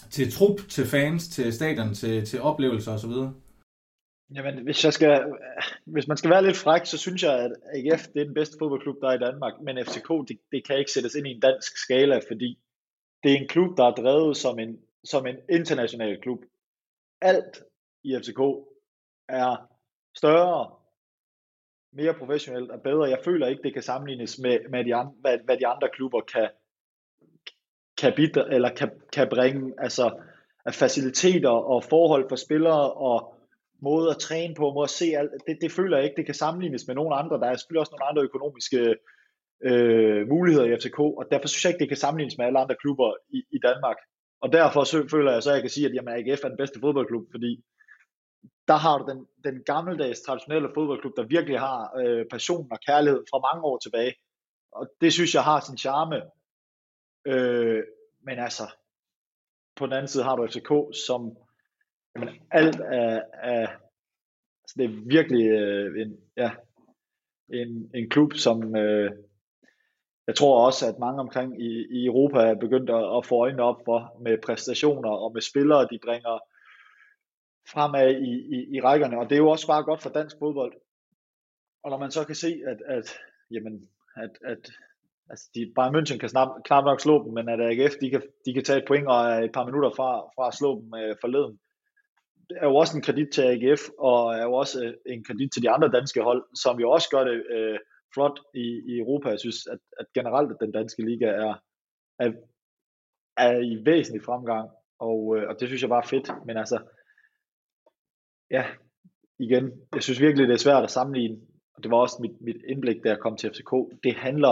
til trup, til fans, til stadion, til oplevelser osv.? Jamen, hvis man skal være lidt fræk, så synes jeg, at AGF det er den bedste fodboldklub, der er i Danmark. Men FCK, det kan ikke sættes ind i en dansk skala, fordi det er en klub, der er drevet som en international klub. Alt i FCK er større, mere professionelt og bedre. Jeg føler ikke, det kan sammenlignes med hvad de andre klubber kan bidra, eller kan bringe, altså af faciliteter og forhold for spillere og måde at træne på, måde at se alt. Det føler jeg ikke, det kan sammenlignes med nogen andre. Der er selvfølgelig også nogle andre økonomiske muligheder i FCK, og derfor synes jeg ikke, det kan sammenlignes med alle andre klubber i Danmark. Og derfor føler jeg så, at jeg kan sige, at jamen, AGF er den bedste fodboldklub, fordi der har du den gammeldags traditionelle fodboldklub, der virkelig har passion og kærlighed fra mange år tilbage. Og det synes jeg har sin charme. Men altså, på den anden side har du FCK, som jamen, alt er altså det er virkelig en klub, som jeg tror også, at mange omkring i Europa er begyndt at få øjnene op for med præstationer og med spillere, de bringer fremad i rækkerne, og det er jo også bare godt for dansk fodbold. Og når man så kan se, at altså Bayern München kan knap nok slå dem, men at AGF de kan tage et point og er et par minutter fra at slå dem forleden. Det er jo også en kredit til AGF, og er jo også en kredit til de andre danske hold, som jo også gør det flot i Europa. Jeg synes, at generelt at den danske liga er i væsentlig fremgang, og det synes jeg bare er fedt. Men altså, ja, igen, jeg synes virkelig, det er svært at sammenligne, og det var også mit indblik, da jeg kom til FCK. Det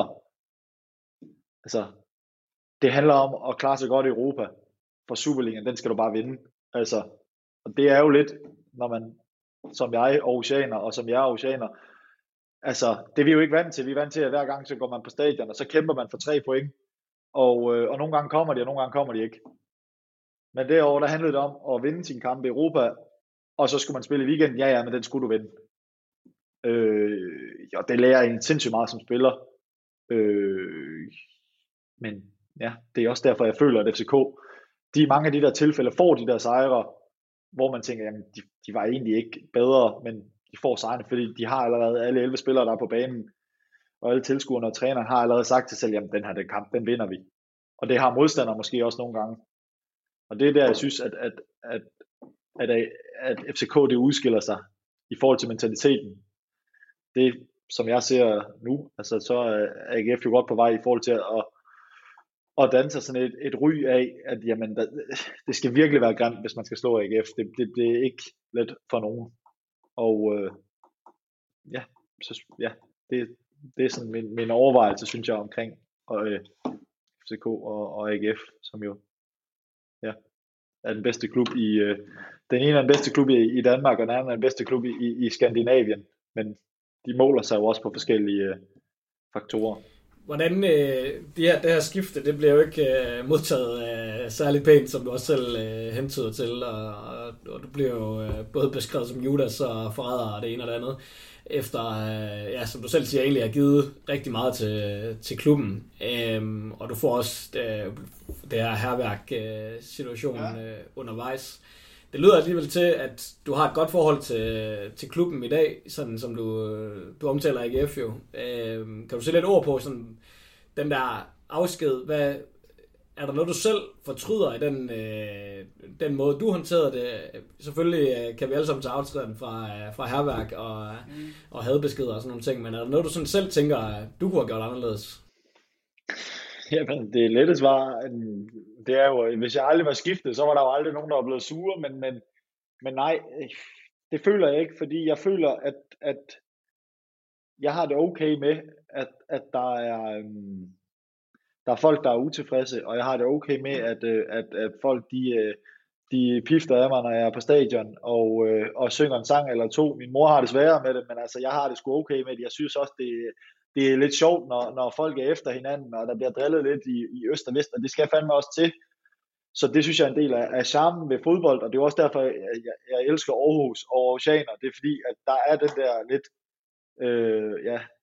handler om at klare sig godt i Europa. For Superligaen, den skal du bare vinde. Altså, og det er jo lidt, når man, som jeg aarhusianer, og som jeg er aarhusianer, altså, det er vi jo ikke vant til. Vi er vant til, at hver gang så går man på stadion, og så kæmper man for 3 point. Og nogle gange kommer de, og nogle gange kommer de ikke. Men derovre, der handlede det om at vinde sin kamp i Europa, og så skulle man spille i weekenden. Ja, men den skulle du vinde. Og det lærer en sindssygt meget som spiller. Men ja, det er også derfor, jeg føler, at FCK, mange af de der tilfælde, får de der sejre, hvor man tænker, jamen, de var egentlig ikke bedre, men de får sejrene, fordi de har allerede alle 11 spillere, der er på banen, og alle tilskuerne og træneren har allerede sagt til sig selv, jamen, den kamp, den vinder vi. Og det har modstandere måske også nogle gange. Og det er der, jeg synes, at FCK, det udskiller sig i forhold til mentaliteten. Det, som jeg ser nu, altså så er AGF jo godt på vej i forhold til at danse sådan et ry af, at jamen, det skal virkelig være grimt, hvis man skal slå AGF. Det er ikke let for nogen. Og det er sådan min overvejelse, synes jeg, omkring FCK og AGF, som jo er den bedste klub den ene er den bedste klub i Danmark, og den anden er den bedste klub i Skandinavien. Men de måler sig jo også på forskellige faktorer. Hvordan det her skifte, det bliver jo ikke modtaget særlig pænt, som du også selv hentyder til, og du bliver jo både beskrevet som Judas og forræder og det ene og det andet, efter, som du selv siger, egentlig har givet rigtig meget til klubben, og du får også det her hærværk-situation undervejs. Det lyder alligevel til, at du har et godt forhold til klubben i dag, sådan som du omtaler AGF jo. Kan du sætte lidt ord på sådan, den der afsked? Er der noget, du selv fortryder i den måde, du håndterede det? Selvfølgelig kan vi alle sammen tage aftræden fra hærværk og hadbeskeder og sådan nogle ting, men er der noget, du sådan selv tænker, du kunne have gjort anderledes? Jamen, det lette svar, det er jo, hvis jeg aldrig var skiftet, så var der jo aldrig nogen, der var blevet sure, men nej, det føler jeg ikke, fordi jeg føler, at jeg har det okay med, at der er folk, der er utilfredse, og jeg har det okay med, at folk, de pifter af mig, når jeg er på stadion, og synger en sang eller to. Min mor har det sværere med det, men altså, jeg har det sgu okay med det. Jeg synes også, det er lidt sjovt, når folk er efter hinanden, og der bliver drillet lidt i øst og vest, og det skal fandme også til. Så det synes jeg er en del af charmen ved fodbold, og det er også derfor, jeg elsker Aarhus og Aarhusianer. Det er fordi, at der er den der lidt,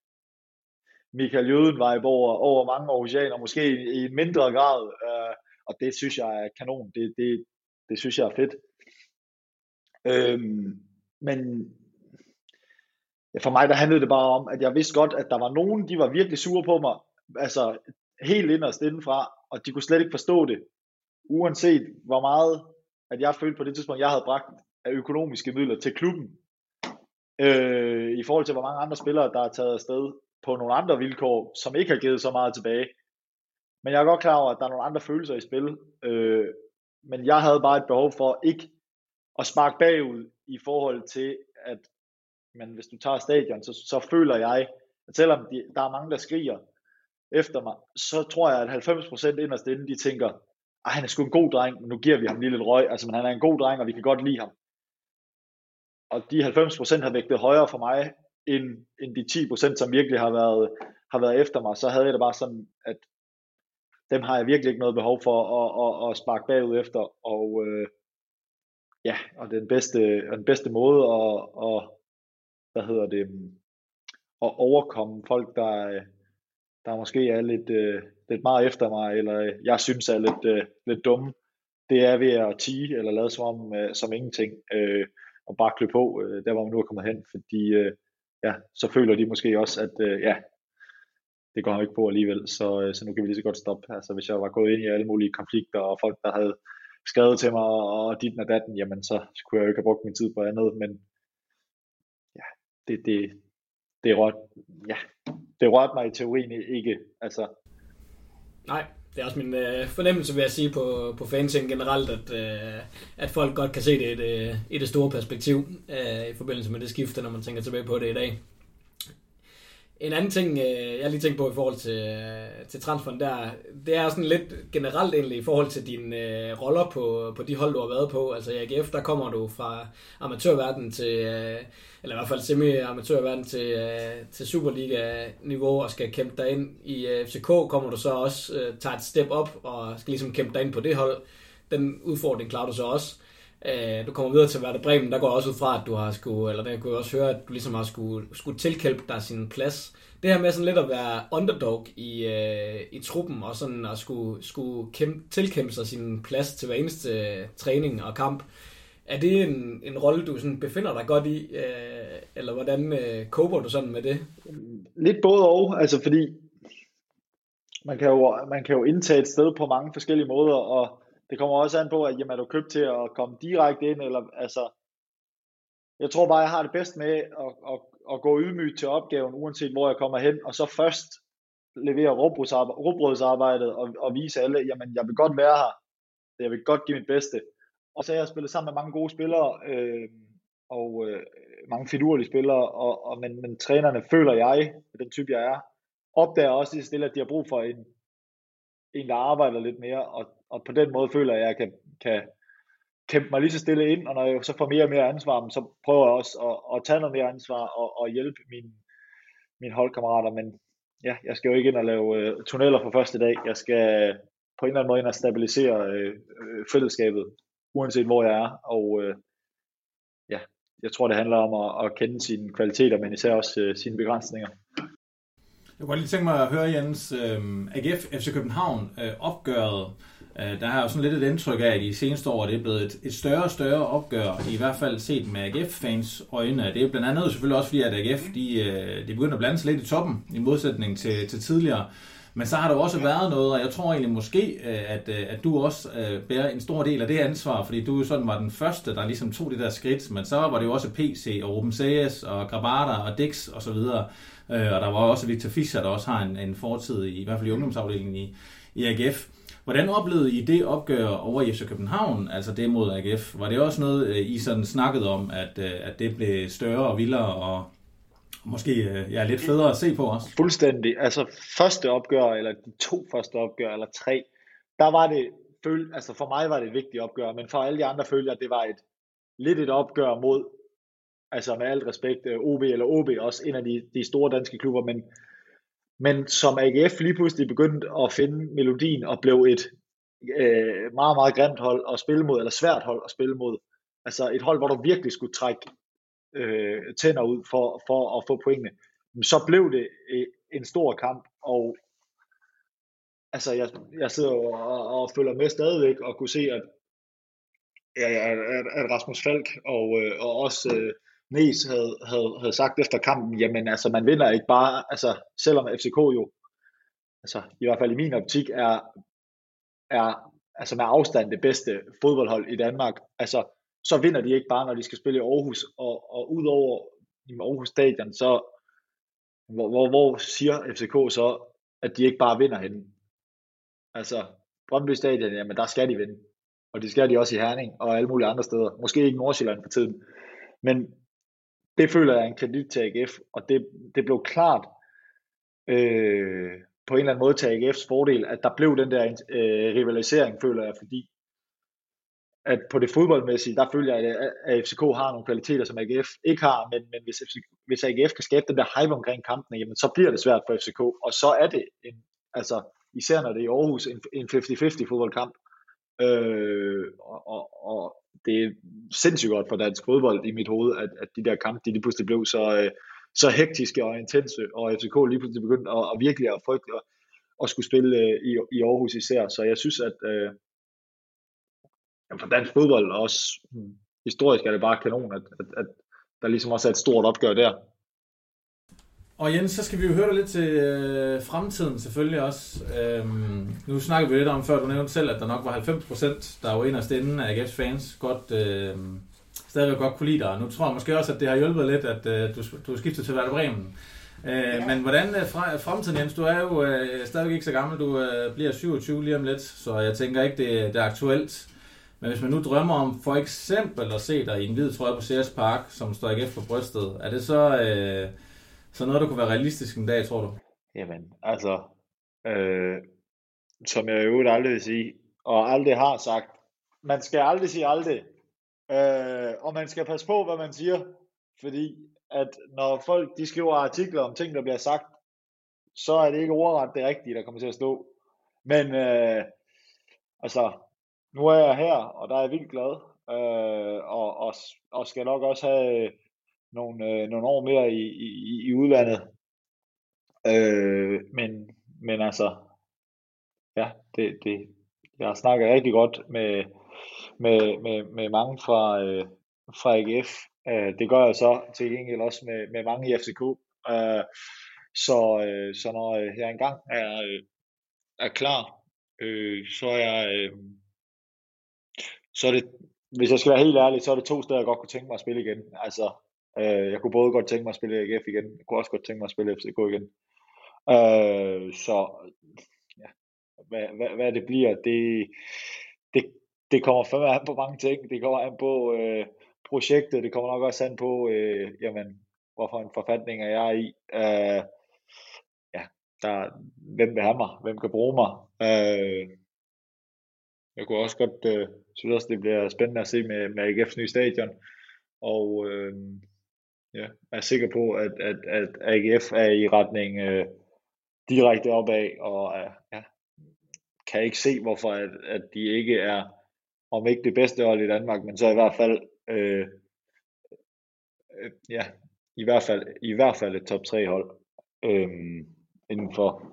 Michael Jøden-vibe over mange Aarhusianer, måske i en mindre grad. og det synes jeg er kanon. Det synes jeg er fedt. Men ja, for mig der handlede det bare om, at jeg vidste godt, at der var nogen, de var virkelig sure på mig, altså helt inderst indenfra, og de kunne slet ikke forstå det, uanset hvor meget, at jeg følte på det tidspunkt, jeg havde bragt af økonomiske midler til klubben, i forhold til hvor mange andre spillere, der er taget afsted på nogle andre vilkår, som ikke har givet så meget tilbage. Men jeg er godt klar over, at der er nogle andre følelser i spil, men jeg havde bare et behov for ikke at sparke bagud i forhold til, at men hvis du tager stadion, så føler jeg, at selvom der er mange, der skriger efter mig, så tror jeg, at 90% inderst inde, de tænker, han er sgu en god dreng, men nu giver vi ham lige lidt røg, altså men han er en god dreng, og vi kan godt lide ham. Og de 90% har vægtet højere for mig, end de 10%, som virkelig har været efter mig. Så havde jeg det bare sådan, at dem har jeg virkelig ikke noget behov for at sparke bagud efter, og og den bedste måde at overkomme folk, der måske er lidt meget efter mig, eller jeg synes er lidt dumme, det er ved at tie eller lade som ingenting, og bare klø på, der hvor man nu er kommet hen, fordi så føler de måske også, at det går ikke på alligevel, så nu kan vi lige så godt stoppe. Altså hvis jeg var gået ind i alle mulige konflikter, og folk der havde skrevet til mig, og ditten og datten, jamen så kunne jeg jo ikke have brugt min tid på andet, men det rørte mig i teorien ikke, altså. Nej, det er også min fornemmelse, vil jeg sige, på fansing generelt, at folk godt kan se det i det store perspektiv, i forbindelse med det skifte, når man tænker tilbage på det i dag. En anden ting, jeg lige tænkte på i forhold til transferen det er sådan lidt generelt egentlig i forhold til dine roller på de hold, du har været på. Altså i AGF, der kommer du fra amatørverden til, eller i hvert fald semi-amatørverden til Superliga-niveau og skal kæmpe dig ind. I FCK kommer du så også, tager et step op og skal ligesom kæmpe dig ind på det hold. Den udfordring klarer du så også. Du kommer videre til Werder Bremen, der går også ud fra, at du har der kunne jeg også høre, at du ligesom har skulle tilkæmpe dig sin plads. Det her med sådan lidt at være underdog i truppen, og sådan at skulle tilkæmpe sig sin plads til hver eneste træning og kamp. Er det en rolle, du sådan befinder dig godt i, eller hvordan coper du sådan med det? Lidt både og, altså fordi man kan jo indtage et sted på mange forskellige måder, og det kommer også an på, at jamen, er du købt til at komme direkte ind, eller altså, jeg tror bare, jeg har det bedst med at gå ydmygt til opgaven, uanset hvor jeg kommer hen, og så først levere rugbrødsarbejdet og vise alle, jamen jeg vil godt være her, jeg vil godt give mit bedste. Og så har jeg spillet sammen med mange gode spillere, og mange fidurlige spillere, men trænerne føler jeg, den type jeg er, opdager også lige så stille, at de har brug for en der arbejder lidt mere, og på den måde føler jeg, at jeg kan kæmpe mig lige så stille ind, og når jeg så får mere og mere ansvar, så prøver jeg også at tage noget mere ansvar og hjælpe mine holdkammerater, men ja, jeg skal jo ikke ind og lave tunneller på første dag, jeg skal på en eller anden måde ind og stabilisere fællesskabet, uanset hvor jeg er, og jeg tror det handler om at kende sine kvaliteter, men især også sine begrænsninger. Jeg kunne lige tænke mig at høre, Jens, AGF FC København opgøret. Der har jo sådan lidt et indtryk af, at i seneste år det er blevet et større og større opgør, i hvert fald set med AGF-fans øjne. Det er blandt andet selvfølgelig også fordi, at AGF de begynder at blande sig lidt i toppen, i modsætning til tidligere. Men så har der også været noget, og jeg tror egentlig måske, at du også bærer en stor del af det ansvar, fordi du sådan var den første, der ligesom tog det der skridt, men så var det jo også PC og Ruben Sayes og Grabada og Dix og så videre. Og der var også Victor Fischer, der også har en fortid, i hvert fald i ungdomsafdelingen i AGF. Hvordan oplevede I det opgør over i FC København, altså det mod AGF? Var det også noget, I sådan snakkede om, at det blev større og vildere og måske lidt federe at se på os? Fuldstændig. Altså første opgør, eller de 2 første opgør, eller 3, der var det, altså for mig var det et vigtigt opgør, men for alle de andre følte jeg, at det var lidt et opgør mod, altså med alt respekt, OB eller OB, også en af de store danske klubber, men som AGF lige pludselig begyndte at finde melodien, og blev et meget, meget grimt hold at spille mod, eller svært hold at spille mod. Altså et hold, hvor du virkelig skulle trække tænder ud for at få pointene. Så blev det en stor kamp, og altså jeg sidder og følger med stadigvæk, og kunne se, at Rasmus Falk og også Nes havde sagt efter kampen, jamen altså man vinder ikke bare, altså selvom FCK jo, altså i hvert fald i min optik er altså med afstand det bedste fodboldhold i Danmark, altså så vinder de ikke bare, når de skal spille i Aarhus, og udover i Aarhus Stadion, så hvor siger FCK så, at de ikke bare vinder henne? Altså Brøndby Stadion, jamen der skal de vinde, og det skal de også i Herning og alle mulige andre steder, måske ikke Nordsjælland for tiden, men det føler jeg er en kredit til AGF, og det blev klart på en eller anden måde til AGF's fordel, at der blev den der rivalisering, føler jeg, fordi at på det fodboldmæssige, der føler jeg, at FCK har nogle kvaliteter, som AGF ikke har, men hvis AGF kan skabe den der hype omkring kampene, jamen så bliver det svært for FCK, og så er det altså især når det er i Aarhus, en 50-50 fodboldkamp, og det er sindssygt godt for dansk fodbold i mit hoved, at de der kampe, de lige pludselig blev så hektiske og intense, og FCK lige pludselig begyndte at virkelig at frygte at skulle spille i Aarhus især, så jeg synes, at for dansk fodbold også historisk er det bare kanon, at der ligesom også er et stort opgør der. Og Jens, så skal vi jo høre dig lidt til fremtiden selvfølgelig også. Nu snakker vi lidt om, før du nævnte selv, at der nok var 90%, der var inderst inde af AGF's fans, stadigvæk godt kunne lide dig. Nu tror jeg måske også, at det har hjulpet lidt, at du skiftet til Werder Bremen. Men hvordan fremtiden, Jens? Du er jo stadigvæk ikke så gammel, du bliver 27 lige om lidt, så jeg tænker ikke, det er aktuelt. Men hvis man nu drømmer om for eksempel at se dig i en hvid trøje på CS Park, som står AGF på brystet, er det så noget, der kunne være realistisk en dag, tror du? Jamen, altså, som jeg jo aldrig vil sige, og aldrig har sagt, man skal aldrig sige aldrig, og man skal passe på, hvad man siger, fordi at når folk de skriver artikler om ting, der bliver sagt, så er det ikke ordret det rigtige, der kommer til at stå. Men altså, nu er jeg her, og der er jeg vildt glad, og skal nok også have nogle år mere i udlandet. Men altså, ja, jeg snakker rigtig godt med mange fra AGF. Det gør jeg så til gengæld også med mange i FCK. Så når jeg engang er klar, så er det, hvis jeg skal være helt ærlig, så er det 2 steder, jeg godt kunne tænke mig at spille igen. Altså, jeg kunne både godt tænke mig at spille AGF igen, jeg kunne også godt tænke mig at spille FCK igen. Så ja, hvad det bliver, det kommer fandme an på mange ting. Det kommer an på projektet, det kommer nok også an på, jamen, hvorfor en forfatning er jeg i. Ja, hvem vil have mig, hvem kan bruge mig. Jeg kunne også godt synes også, det bliver spændende at se med AGF's nye stadion. Og ja, jeg er sikker på, at AGF er i retning direkte opad, og ja, kan ikke se, hvorfor at de ikke er, om ikke det bedste hold i Danmark, men så i hvert fald, ja, i hvert fald et top 3 hold inden for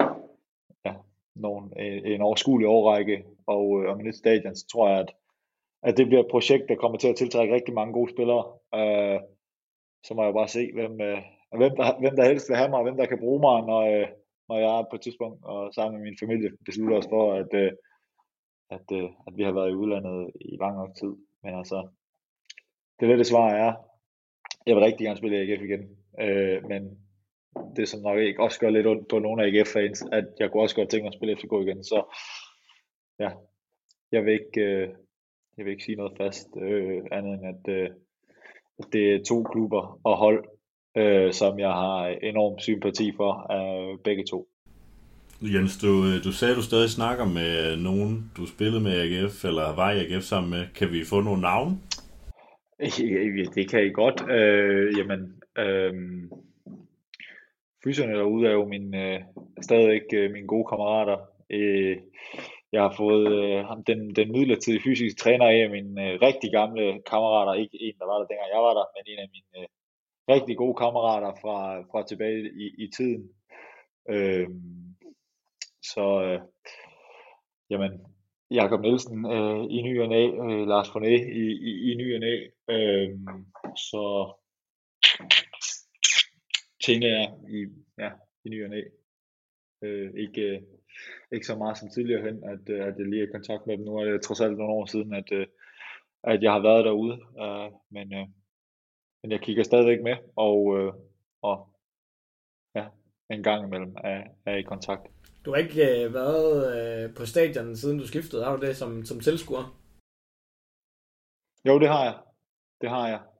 en overskuelig årrække, og med nyt stadion, så tror jeg, at det bliver et projekt, der kommer til at tiltrække rigtig mange gode spillere. Så må jeg bare se, hvem der helst vil have mig, og hvem der kan bruge mig, når jeg er på et tidspunkt, og sammen med min familie beslutter os for, at vi har været i udlandet i lang nok tid. Men altså, det lette svar er, jeg vil rigtig gerne spille i AGF igen, men det som nok ikke også gør lidt ondt på nogle af AGF-fans, at jeg kunne også godt tænke mig at spille FCK igen, så ja, jeg vil ikke sige noget fast, andet end at det er 2 klubber og hold, som jeg har enorm sympati for, begge 2. Jens, du sagde, at du stadig snakker med nogen, du spillede med AGF, eller var i AGF sammen med. Kan vi få nogle navne? Det kan I godt. Fysierne derude er jo stadigvæk mine gode kammerater. Jeg har fået den midlertidige fysiske træner af mine rigtig gamle kammerater. Ikke en, der var der dengang jeg var der, men en af mine rigtig gode kammerater fra tilbage i tiden. Så jamen, Jakob Nielsen i ny og næ, Lars Fourné i ny og næ. Så tænker jeg i ny og næ. Ikke så meget som tidligere hen, at jeg lige er i kontakt med dem. Nu er det trods alt nogle år siden, at jeg har været derude. Men jeg kigger stadigvæk med, og en gang imellem er i kontakt. Du har ikke været på stadion siden du skiftede, har du det som tilskuer? Jo, det har jeg. Det har jeg.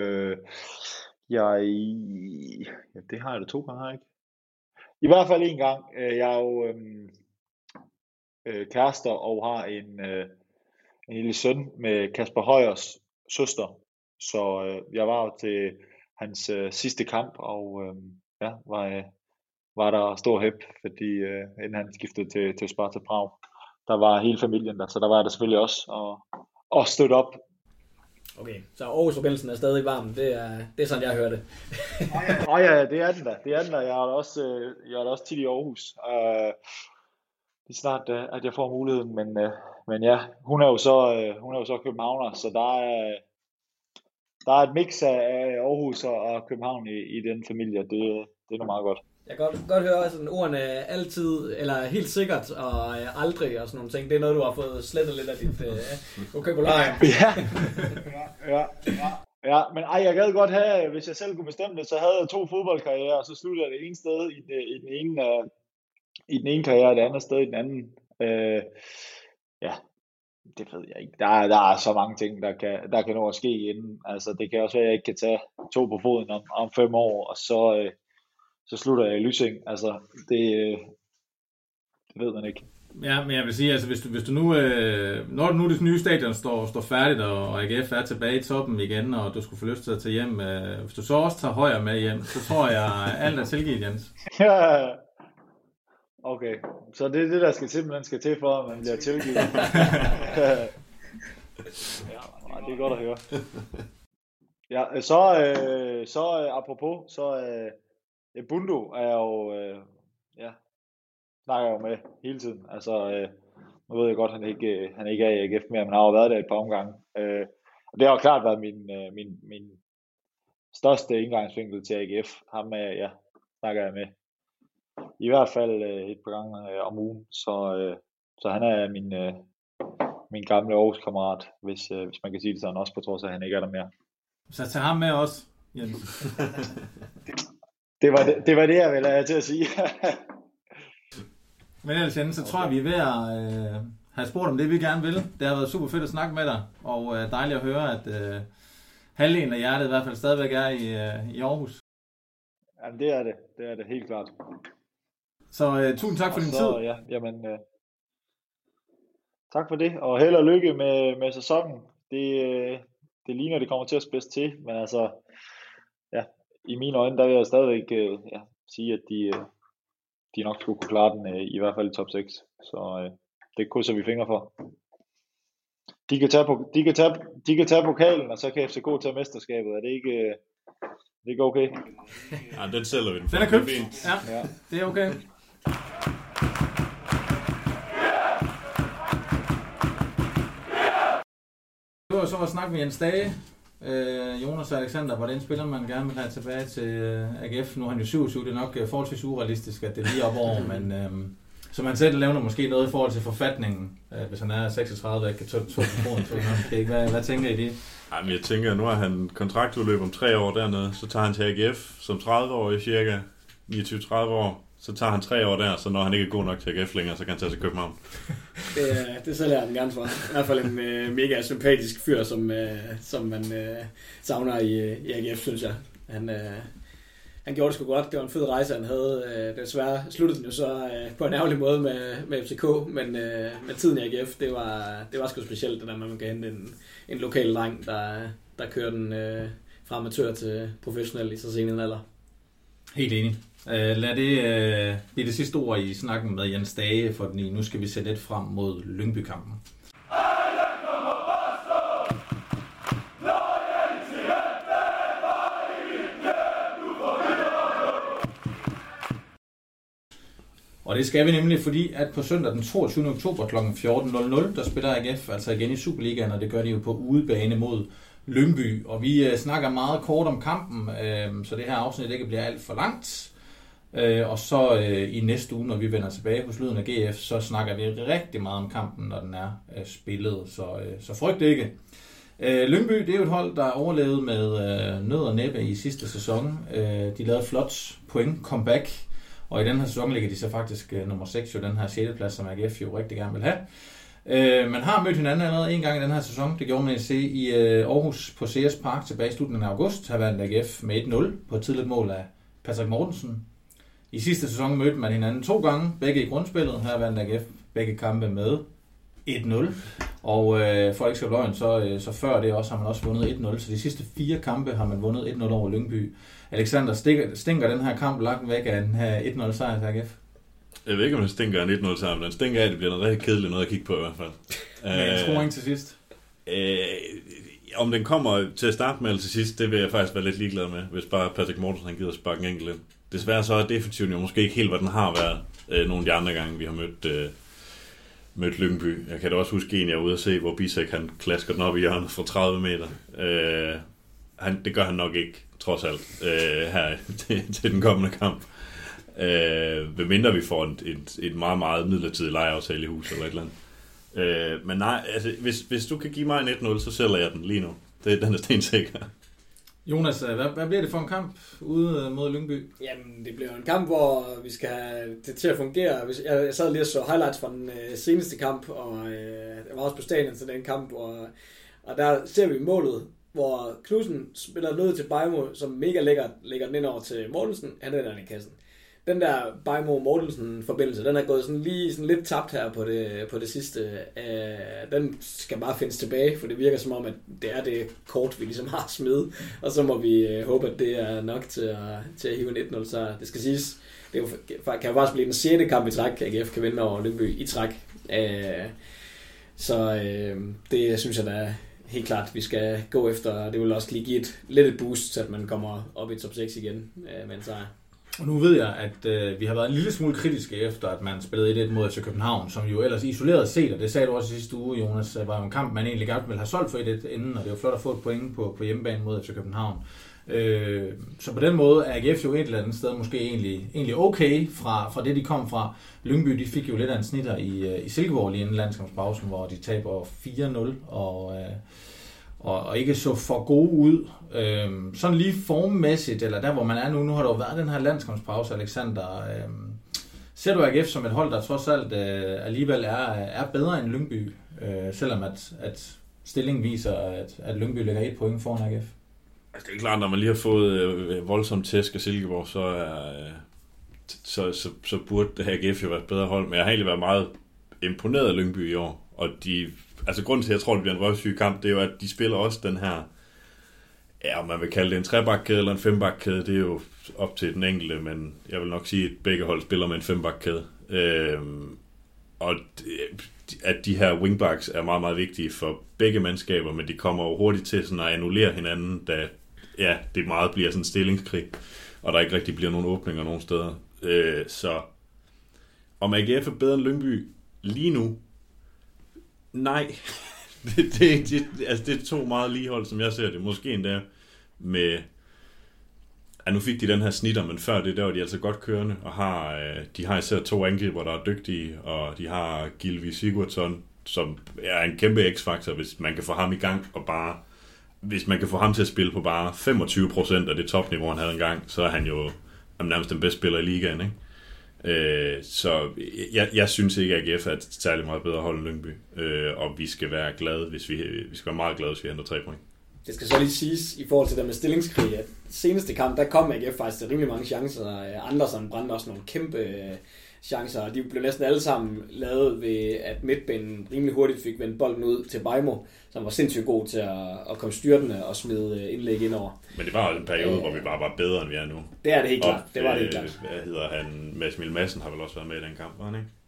Det har jeg da 2 gange, har jeg ikke? I hvert fald 1 gang. Jeg er jo kærester og har en lille søn med Kasper Højers søster. Så jeg var jo til hans sidste kamp, og var der stor hæb, fordi inden han skiftede til Sparta Prag, der var hele familien der, så der var jeg der selvfølgelig også og støtte op. Okay, så Aarhus-forbindelsen er stadig varm, det er sådan, jeg hører det. Ja, det er den da. Jeg er da også tit i Aarhus. Det er snart, at jeg får muligheden, men ja, hun er jo så københavner, så der er et mix af Aarhus og København i den familie, det er nu meget godt. Jeg kan godt høre sådan ordene altid, eller helt sikkert, og aldrig, og sådan nogle ting. Det er noget, du har fået slettet lidt af dit vokabular. Ja, men jeg gad godt have, hvis jeg selv kunne bestemme det, så havde jeg 2 fodboldkarrierer, og så sluttede jeg det ene sted i den ene karriere, og det andet sted i den anden. Det ved jeg ikke. Der er så mange ting, der kan nå at ske inden. Altså, det kan også være, at jeg ikke kan tage 2 på foden om 5 år, og så slutter jeg i Lysing. Altså, det ved man ikke. Ja, men jeg vil sige, altså hvis du nu, når nu det nye stadion står færdigt, og AGF er tilbage i toppen igen, og du skulle få lyst til at tage hjem, hvis du så også tager Højer med hjem, så tror jeg, alt er tilgivet, Jens. Okay, så det er det, der simpelthen skal til for, at man bliver tilgivet. Det er godt at høre. Ja, så apropos, så Bundo er jo, snakker jeg jo med hele tiden. Altså, nu ved jeg godt, han ikke er i AGF mere, men han har jo været der et par omgange. Og det har jo klart været min største indgangsvinkel til AGF. Ham snakker jeg med. I hvert fald et par gange om ugen. Så han er min gamle Aarhus-kammerat, hvis man kan sige det sådan, også på trods af, at han ikke er der mere. Så tag ham med også, Jens. Det var det, jeg ville have til at sige. Men ellers, Jens, så tror jeg, vi er ved at have spurgt om det, vi gerne vil. Det har været super fedt at snakke med dig, og dejligt at høre, at halvdelen af hjertet i hvert fald stadigvæk er i Aarhus. Jamen, det er det helt klart. Så tusind tak for din tid. Ja, jamen, tak for det, og held og lykke med sæsonen. Det ligner, det kommer til at spidse til, men altså, i mine øjne, der vil jeg stadigvæk sige, at de nok skulle kunne klare den, i hvert fald i top 6. Så det krydser vi fingre for. De kan tage pokalen, og så kan FCK tage mesterskabet. Er det ikke okay? Ja, den sælger vi. Den er købt. Ja, det er okay. Det var så at snakke med Jens Dage. Jonas og Alexander, hvordan spiller man gerne vil have tilbage til AGF? Nu er han jo 27, det er nok forholdsvis urealistisk, at det er lige op over, men så man selv laver måske noget i forhold til forfatningen, hvis han er 36 og ikke kan tage to på foden. Hvad tænker I det? Jamen, jeg tænker, at nu har han kontraktudløb om 3 år dernede, så tager han til AGF som 30-årig cirka, 29-30 år. Så tager han 3 år der, så når han ikke er god nok til AGF længere, så kan han tage til København. Det sælger jeg den gerne for. I hvert fald en mega sympatisk fyr, som man savner i AGF, synes jeg. Han gjorde det sgu godt. Det var en fed rejse, han havde. Desværre sluttede den jo så på en ærgerlig måde med FCK, men med tiden i AGF, det var sgu specielt, det der, man kan hente en lokal dreng, der kører den fra amatør til professionel i så sen en alder. Helt enig. Lad det blive det sidste ord i snakken med Jens Dage, for nu skal vi sætte lidt frem mod Lyngby-kampen. Og det det skal vi nemlig, fordi at på søndag den 22. oktober kl. 14.00, der spiller AGF altså igen i Superligaen, og det gør de jo på udebane mod Lyngby. Og vi snakker meget kort om kampen, så det her afsnit ikke bliver alt for langt. Og så i næste uge, når vi vender tilbage hos Lyden af GF, så snakker vi rigtig meget om kampen, når den er spillet. Så frygt ikke. Lyngby, det er jo et hold, der overlevede med nød og næppe i sidste sæson. De lavede flot point comeback, og i den her sæson ligger de så faktisk nummer 6, jo den her 6. plads, som AGF jo rigtig gerne vil have. Man har mødt hinanden allerede en gang i den her sæson. Det gjorde man i Aarhus på CS Park tilbage i slutningen af august. Her vandt AGF med 1-0 på et tidligt mål af Patrick Mortensen. I sidste sæson mødte man hinanden 2 gange, begge i grundspillet. Her vandt AGF begge kampe med 1-0. Og for ikke skal løgn, så før det også har man også vundet 1-0. Så de sidste 4 kampe har man vundet 1-0 over Lyngby. Alexander, stinker den her kamp langt væk af den her 1-0 sejr til AGF? Jeg ved ikke, om den stinker en 1-0 sejr, men den stinker af, at det bliver noget rigtig kedeligt noget at kigge på i hvert fald. Med en scoring til sidst? Om den kommer til at starte med eller til sidst, det vil jeg faktisk være lidt ligeglad med, hvis bare Patrick Mortensen han gider at sparke en enkelt ind. Desværre så er defensiven jo måske ikke helt, hvad den har været nogle af de andre gange, vi har mødt Lyngby. Jeg kan da også huske en, jeg var ude at se, hvor Bisek han klasker den op i hjørnet fra 30 meter. Det gør han nok ikke, trods alt, her til den kommende kamp. Ved mindre vi får et meget, meget midlertidigt lejeaftale i hus eller et eller andet. Men nej, altså, hvis du kan give mig en 1-0, så sælger jeg den lige nu. Den er stensikker. Jonas, hvad bliver det for en kamp ude mod Lyngby? Jamen, det bliver en kamp, hvor vi skal have det til at fungere. Jeg sad lige og så highlights fra den seneste kamp, og jeg var også på stadion til den kamp, og der ser vi målet, hvor Knudsen spiller noget til Bajmo, som mega lægger den ind over til Mortensen. Han er den i kassen. Den der Bajmo-Mortensen-forbindelse, den er gået sådan lige sådan lidt tabt her på det sidste. Den skal bare findes tilbage, for det virker som om, at det er det kort, vi ligesom har smidt. Og så må vi håbe, at det er nok til at hive en 1-0. Så det skal siges, det kan jo faktisk blive den 6. kamp i træk, AGF kan vinde over Lyngby i træk. Så det synes jeg da helt klart, vi skal gå efter. Det vil også lige give lidt et boost, så at man kommer op i top 6 igen med en sejr. Og nu ved jeg, at vi har været en lille smule kritiske efter, at man spillede 1-1 mod FC København, som jo ellers isoleret set, og det sagde du også sidste uge, Jonas, var jo en kamp, man egentlig gerne ville have solgt for 1-1 inden, og det var flot at få et point på hjemmebane mod FC København. Så på den måde er AGF jo et eller andet sted måske egentlig okay fra det, de kom fra. Lyngby, de fik jo lidt af en snitter i Silkeborg lige inden landskampspausen, hvor de taber 4-0, og ikke så for gode ud. Sådan lige formmæssigt, eller der hvor man er nu har der jo været den her landskampspause, Alexander. Ser du AGF som et hold, der trods alt alligevel er bedre end Lyngby, selvom at stillingen viser, at Lyngby ligger 1 point foran AGF? Altså det er klart, når man lige har fået voldsomt tæsk af Silkeborg, så burde AGF jo være et bedre hold, men jeg har egentlig været meget imponeret af Lyngby i år, og grunden til, at jeg tror, det bliver en røvsyg kamp, det er jo, at de spiller også den her, om man vil kalde det en 3-bakkæde eller en 5-bakkæde, det er jo op til den enkelte, men jeg vil nok sige, at begge hold spiller med en 5-bakkæde. Og at de her wingbacks er meget, meget vigtige for begge mandskaber, men de kommer jo hurtigt til sådan at annullere hinanden, da det meget bliver sådan en stillingskrig, og der ikke rigtig bliver nogen åbninger nogen steder. Så om AGF er bedre end Lyngby lige nu, nej, det er 2 meget ligehold, som jeg ser det. Måske endda med... nu fik de den her snitter, men før det, der var de altså godt kørende, og de har især 2 angriber, der er dygtige, og de har Gylfi Sigurdsson, som er en kæmpe x-faktor, hvis man kan få ham i gang, og bare... Hvis man kan få ham til at spille på bare 25% af det topniveau, han havde engang, så er han jo nærmest den bedste spiller i ligaen, ikke? Så jeg synes ikke, at AGF er et særlig meget bedre hold end Lyngby, og vi skal være glade, vi skal være meget glade, hvis vi henter 3 point. Det skal så lige siges i forhold til det med stillingskrig, at seneste kamp, der kom AGF faktisk til rimelig mange chancer. Andersen brændte også nogle kæmpe chancer, og de blev næsten alle sammen lavet ved, at midtbanen rimelig hurtigt fik vendt bolden ud til Bajmo, som var sindssygt god til at komme styrtende og smide indlæg indover. Men det var jo en periode, hvor vi bare var bedre, end vi er nu. Det er det helt klart. Det var det helt klart. Hvad hedder han? Mads Emil Madsen har vel også været med i den kamp, var han ikke?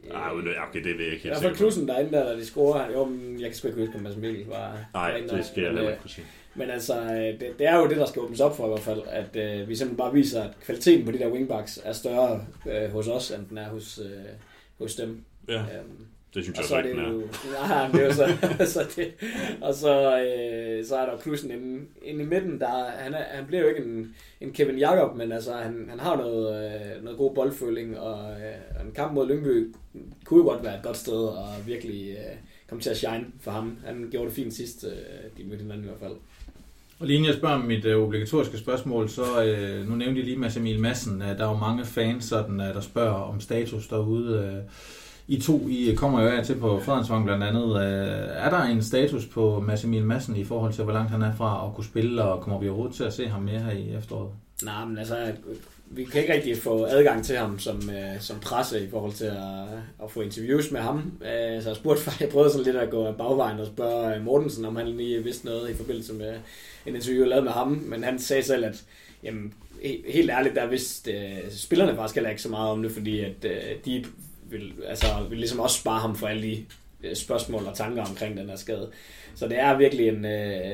Okay, det er jeg ikke helt sikker på. I hvert fald Knudsen derinde, der de scorer. Jo, men jeg kan sgu ikke huske, om Mads Mikkel var... Nej, det skal jeg heller ikke kunne sige. Men altså, det er jo det, der skal åbnes op for i hvert fald, at vi simpelthen bare viser, at kvaliteten på de der wingbacks er større hos os, end den er hos dem. Ja, det synes jeg så ikke, den er. Nej, det er jo så det. Og så er der Knudsen inde i midten, han bliver jo ikke en Kevin Jakob, men altså, han har noget god boldføling, og en kamp mod Lyngby kunne jo godt være et godt sted, og virkelig komme til at shine for ham. Han gjorde det fint sidst, de mødte hinanden i hvert fald. Og lige inden jeg spørger mit obligatoriske spørgsmål, så nu nævnte jeg lige Mads Emil Madsen. Der er jo mange fans, sådan, der spørger om status derude. I kommer jo af til på Fredensvang blandt andet. Er der en status på Mads Emil Madsen i forhold til, hvor langt han er fra at kunne spille, og kommer vi overhovedet til at se ham mere her i efteråret? Nej, men altså, vi kan ikke rigtig få adgang til ham som presse i forhold til at få interviews med ham. Så jeg prøvede sådan lidt at gå bagvejen og spørge Mortensen, om han lige vidste noget i forbindelse med en interview, jeg lavede med ham. Men han sagde selv, at jamen, helt ærligt, der vidste spillerne faktisk heller ikke så meget om det, fordi at de vil ligesom også spare ham for alle de spørgsmål og tanker omkring den her skade. Så det er virkelig en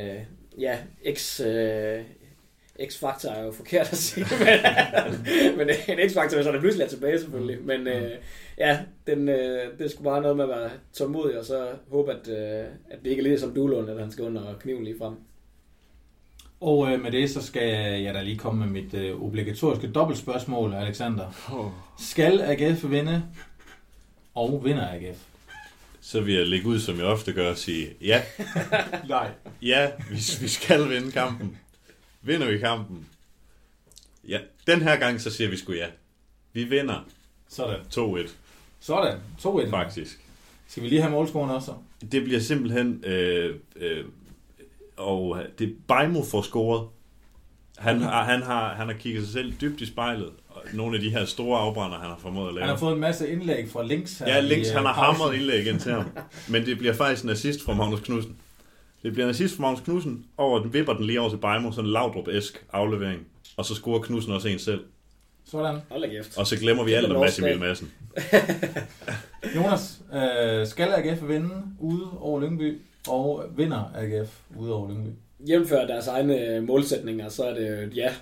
X-faktor er jo forkert at sige, men en X-faktor, så er der pludselig tilbage selvfølgelig. Men det skulle bare noget med at være tålmodig, og så håbe, at det ikke er lige som Duelund, at han skal under kniven lige frem. Og med det, så skal jeg da lige komme med mit obligatoriske dobbeltspørgsmål, Alexander. Skal AGF vinde, og vinder AGF? Så vil jeg lægge ud, som jeg ofte gør, og sige ja. Nej. Ja, vi skal vinde kampen. Vinder vi kampen? Ja, den her gang, så siger vi sgu ja. Vi vinder. Sådan. 2-1. Sådan. 2-1. Faktisk. Skal vi lige have målscoren også? Det bliver simpelthen... og det Bajmo får scoret. Han har kigget sig selv dybt i spejlet. Nogle af de her store afbrænder, han har formået at lave. Han har fået en masse indlæg fra Links her. Ja, Links, han har hamret indlæg ind til ham. Men det bliver faktisk en assist fra Magnus Knudsen. Det bliver en assist fra Magnus Knudsen, over den vipper den lige over til Bajmo, sådan en Laudrup-esk aflevering. Og så scorer Knudsen også en selv. Sådan. Og så glemmer vi alt om Mads Emil Madsen. Jonas, skal AGF vinde ude over Lyngby, og vinder AGF ude over Lyngby? Jævnfør deres egne målsætninger, så er det ja.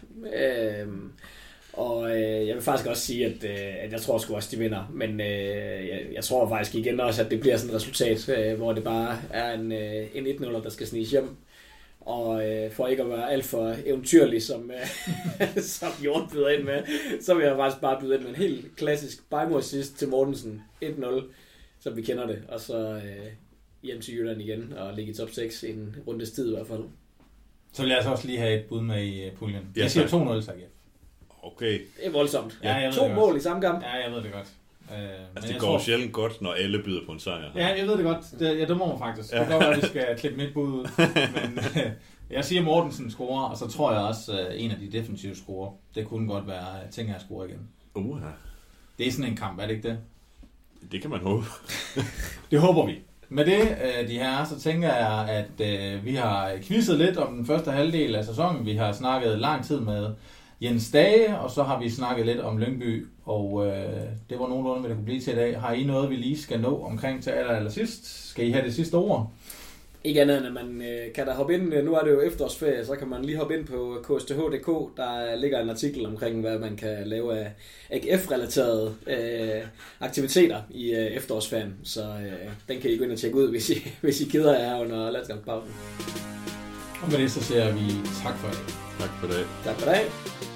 Og jeg vil faktisk også sige, at jeg tror sgu også, de vinder. Men jeg tror faktisk igen også, at det bliver sådan et resultat, hvor det bare er en 1-0, der skal sniges hjem. Og for ikke at være alt for eventyrlig, som Jorden byder ind med, så vil jeg faktisk bare byde ind med en helt klassisk Bajmo-assist til Mortensen. 1-0, som vi kender det. Og så hjem til Jylland igen og ligge i top 6 i en rundes tid i hvert fald. Så vil jeg altså også lige have et bud med i puljen. Jeg siger 2-0 til AGF. Okay. Det er voldsomt. Ja, 2 mål i samme kamp. Ja, jeg ved det godt. Det går sjældent godt, når alle byder på en sejr. Ja, jeg ved det godt. Jeg dømmer mig faktisk. Det kan godt være, at vi skal klippe mit bud ud. Men jeg siger Mortensen scorer, og så tror jeg også en af de defensive scorer. Det kunne godt være Tinger scorer igen. Det er sådan en kamp, er det ikke det? Det kan man håbe. Det håber vi. Med det, de her, så tænker jeg, at vi har quizet lidt om den første halvdel af sæsonen. Vi har snakket lang tid med Jens Dage, og så har vi snakket lidt om Lyngby, og det var nogenlunde, hvad det kunne blive til i dag. Har I noget, vi lige skal nå omkring til allersidst? Skal I have det sidste ord? Ikke andet end, at man kan da hoppe ind, nu er det jo efterårsferie, så kan man lige hoppe ind på ksth.dk, der ligger en artikel omkring, hvad man kan lave af AGF-relaterede aktiviteter i efterårsferien, så den kan I gå ind og tjekke ud, hvis I keder jer under landskampspausen. Og med det så siger vi tak for i dag. Tak for det. Tak for i dag.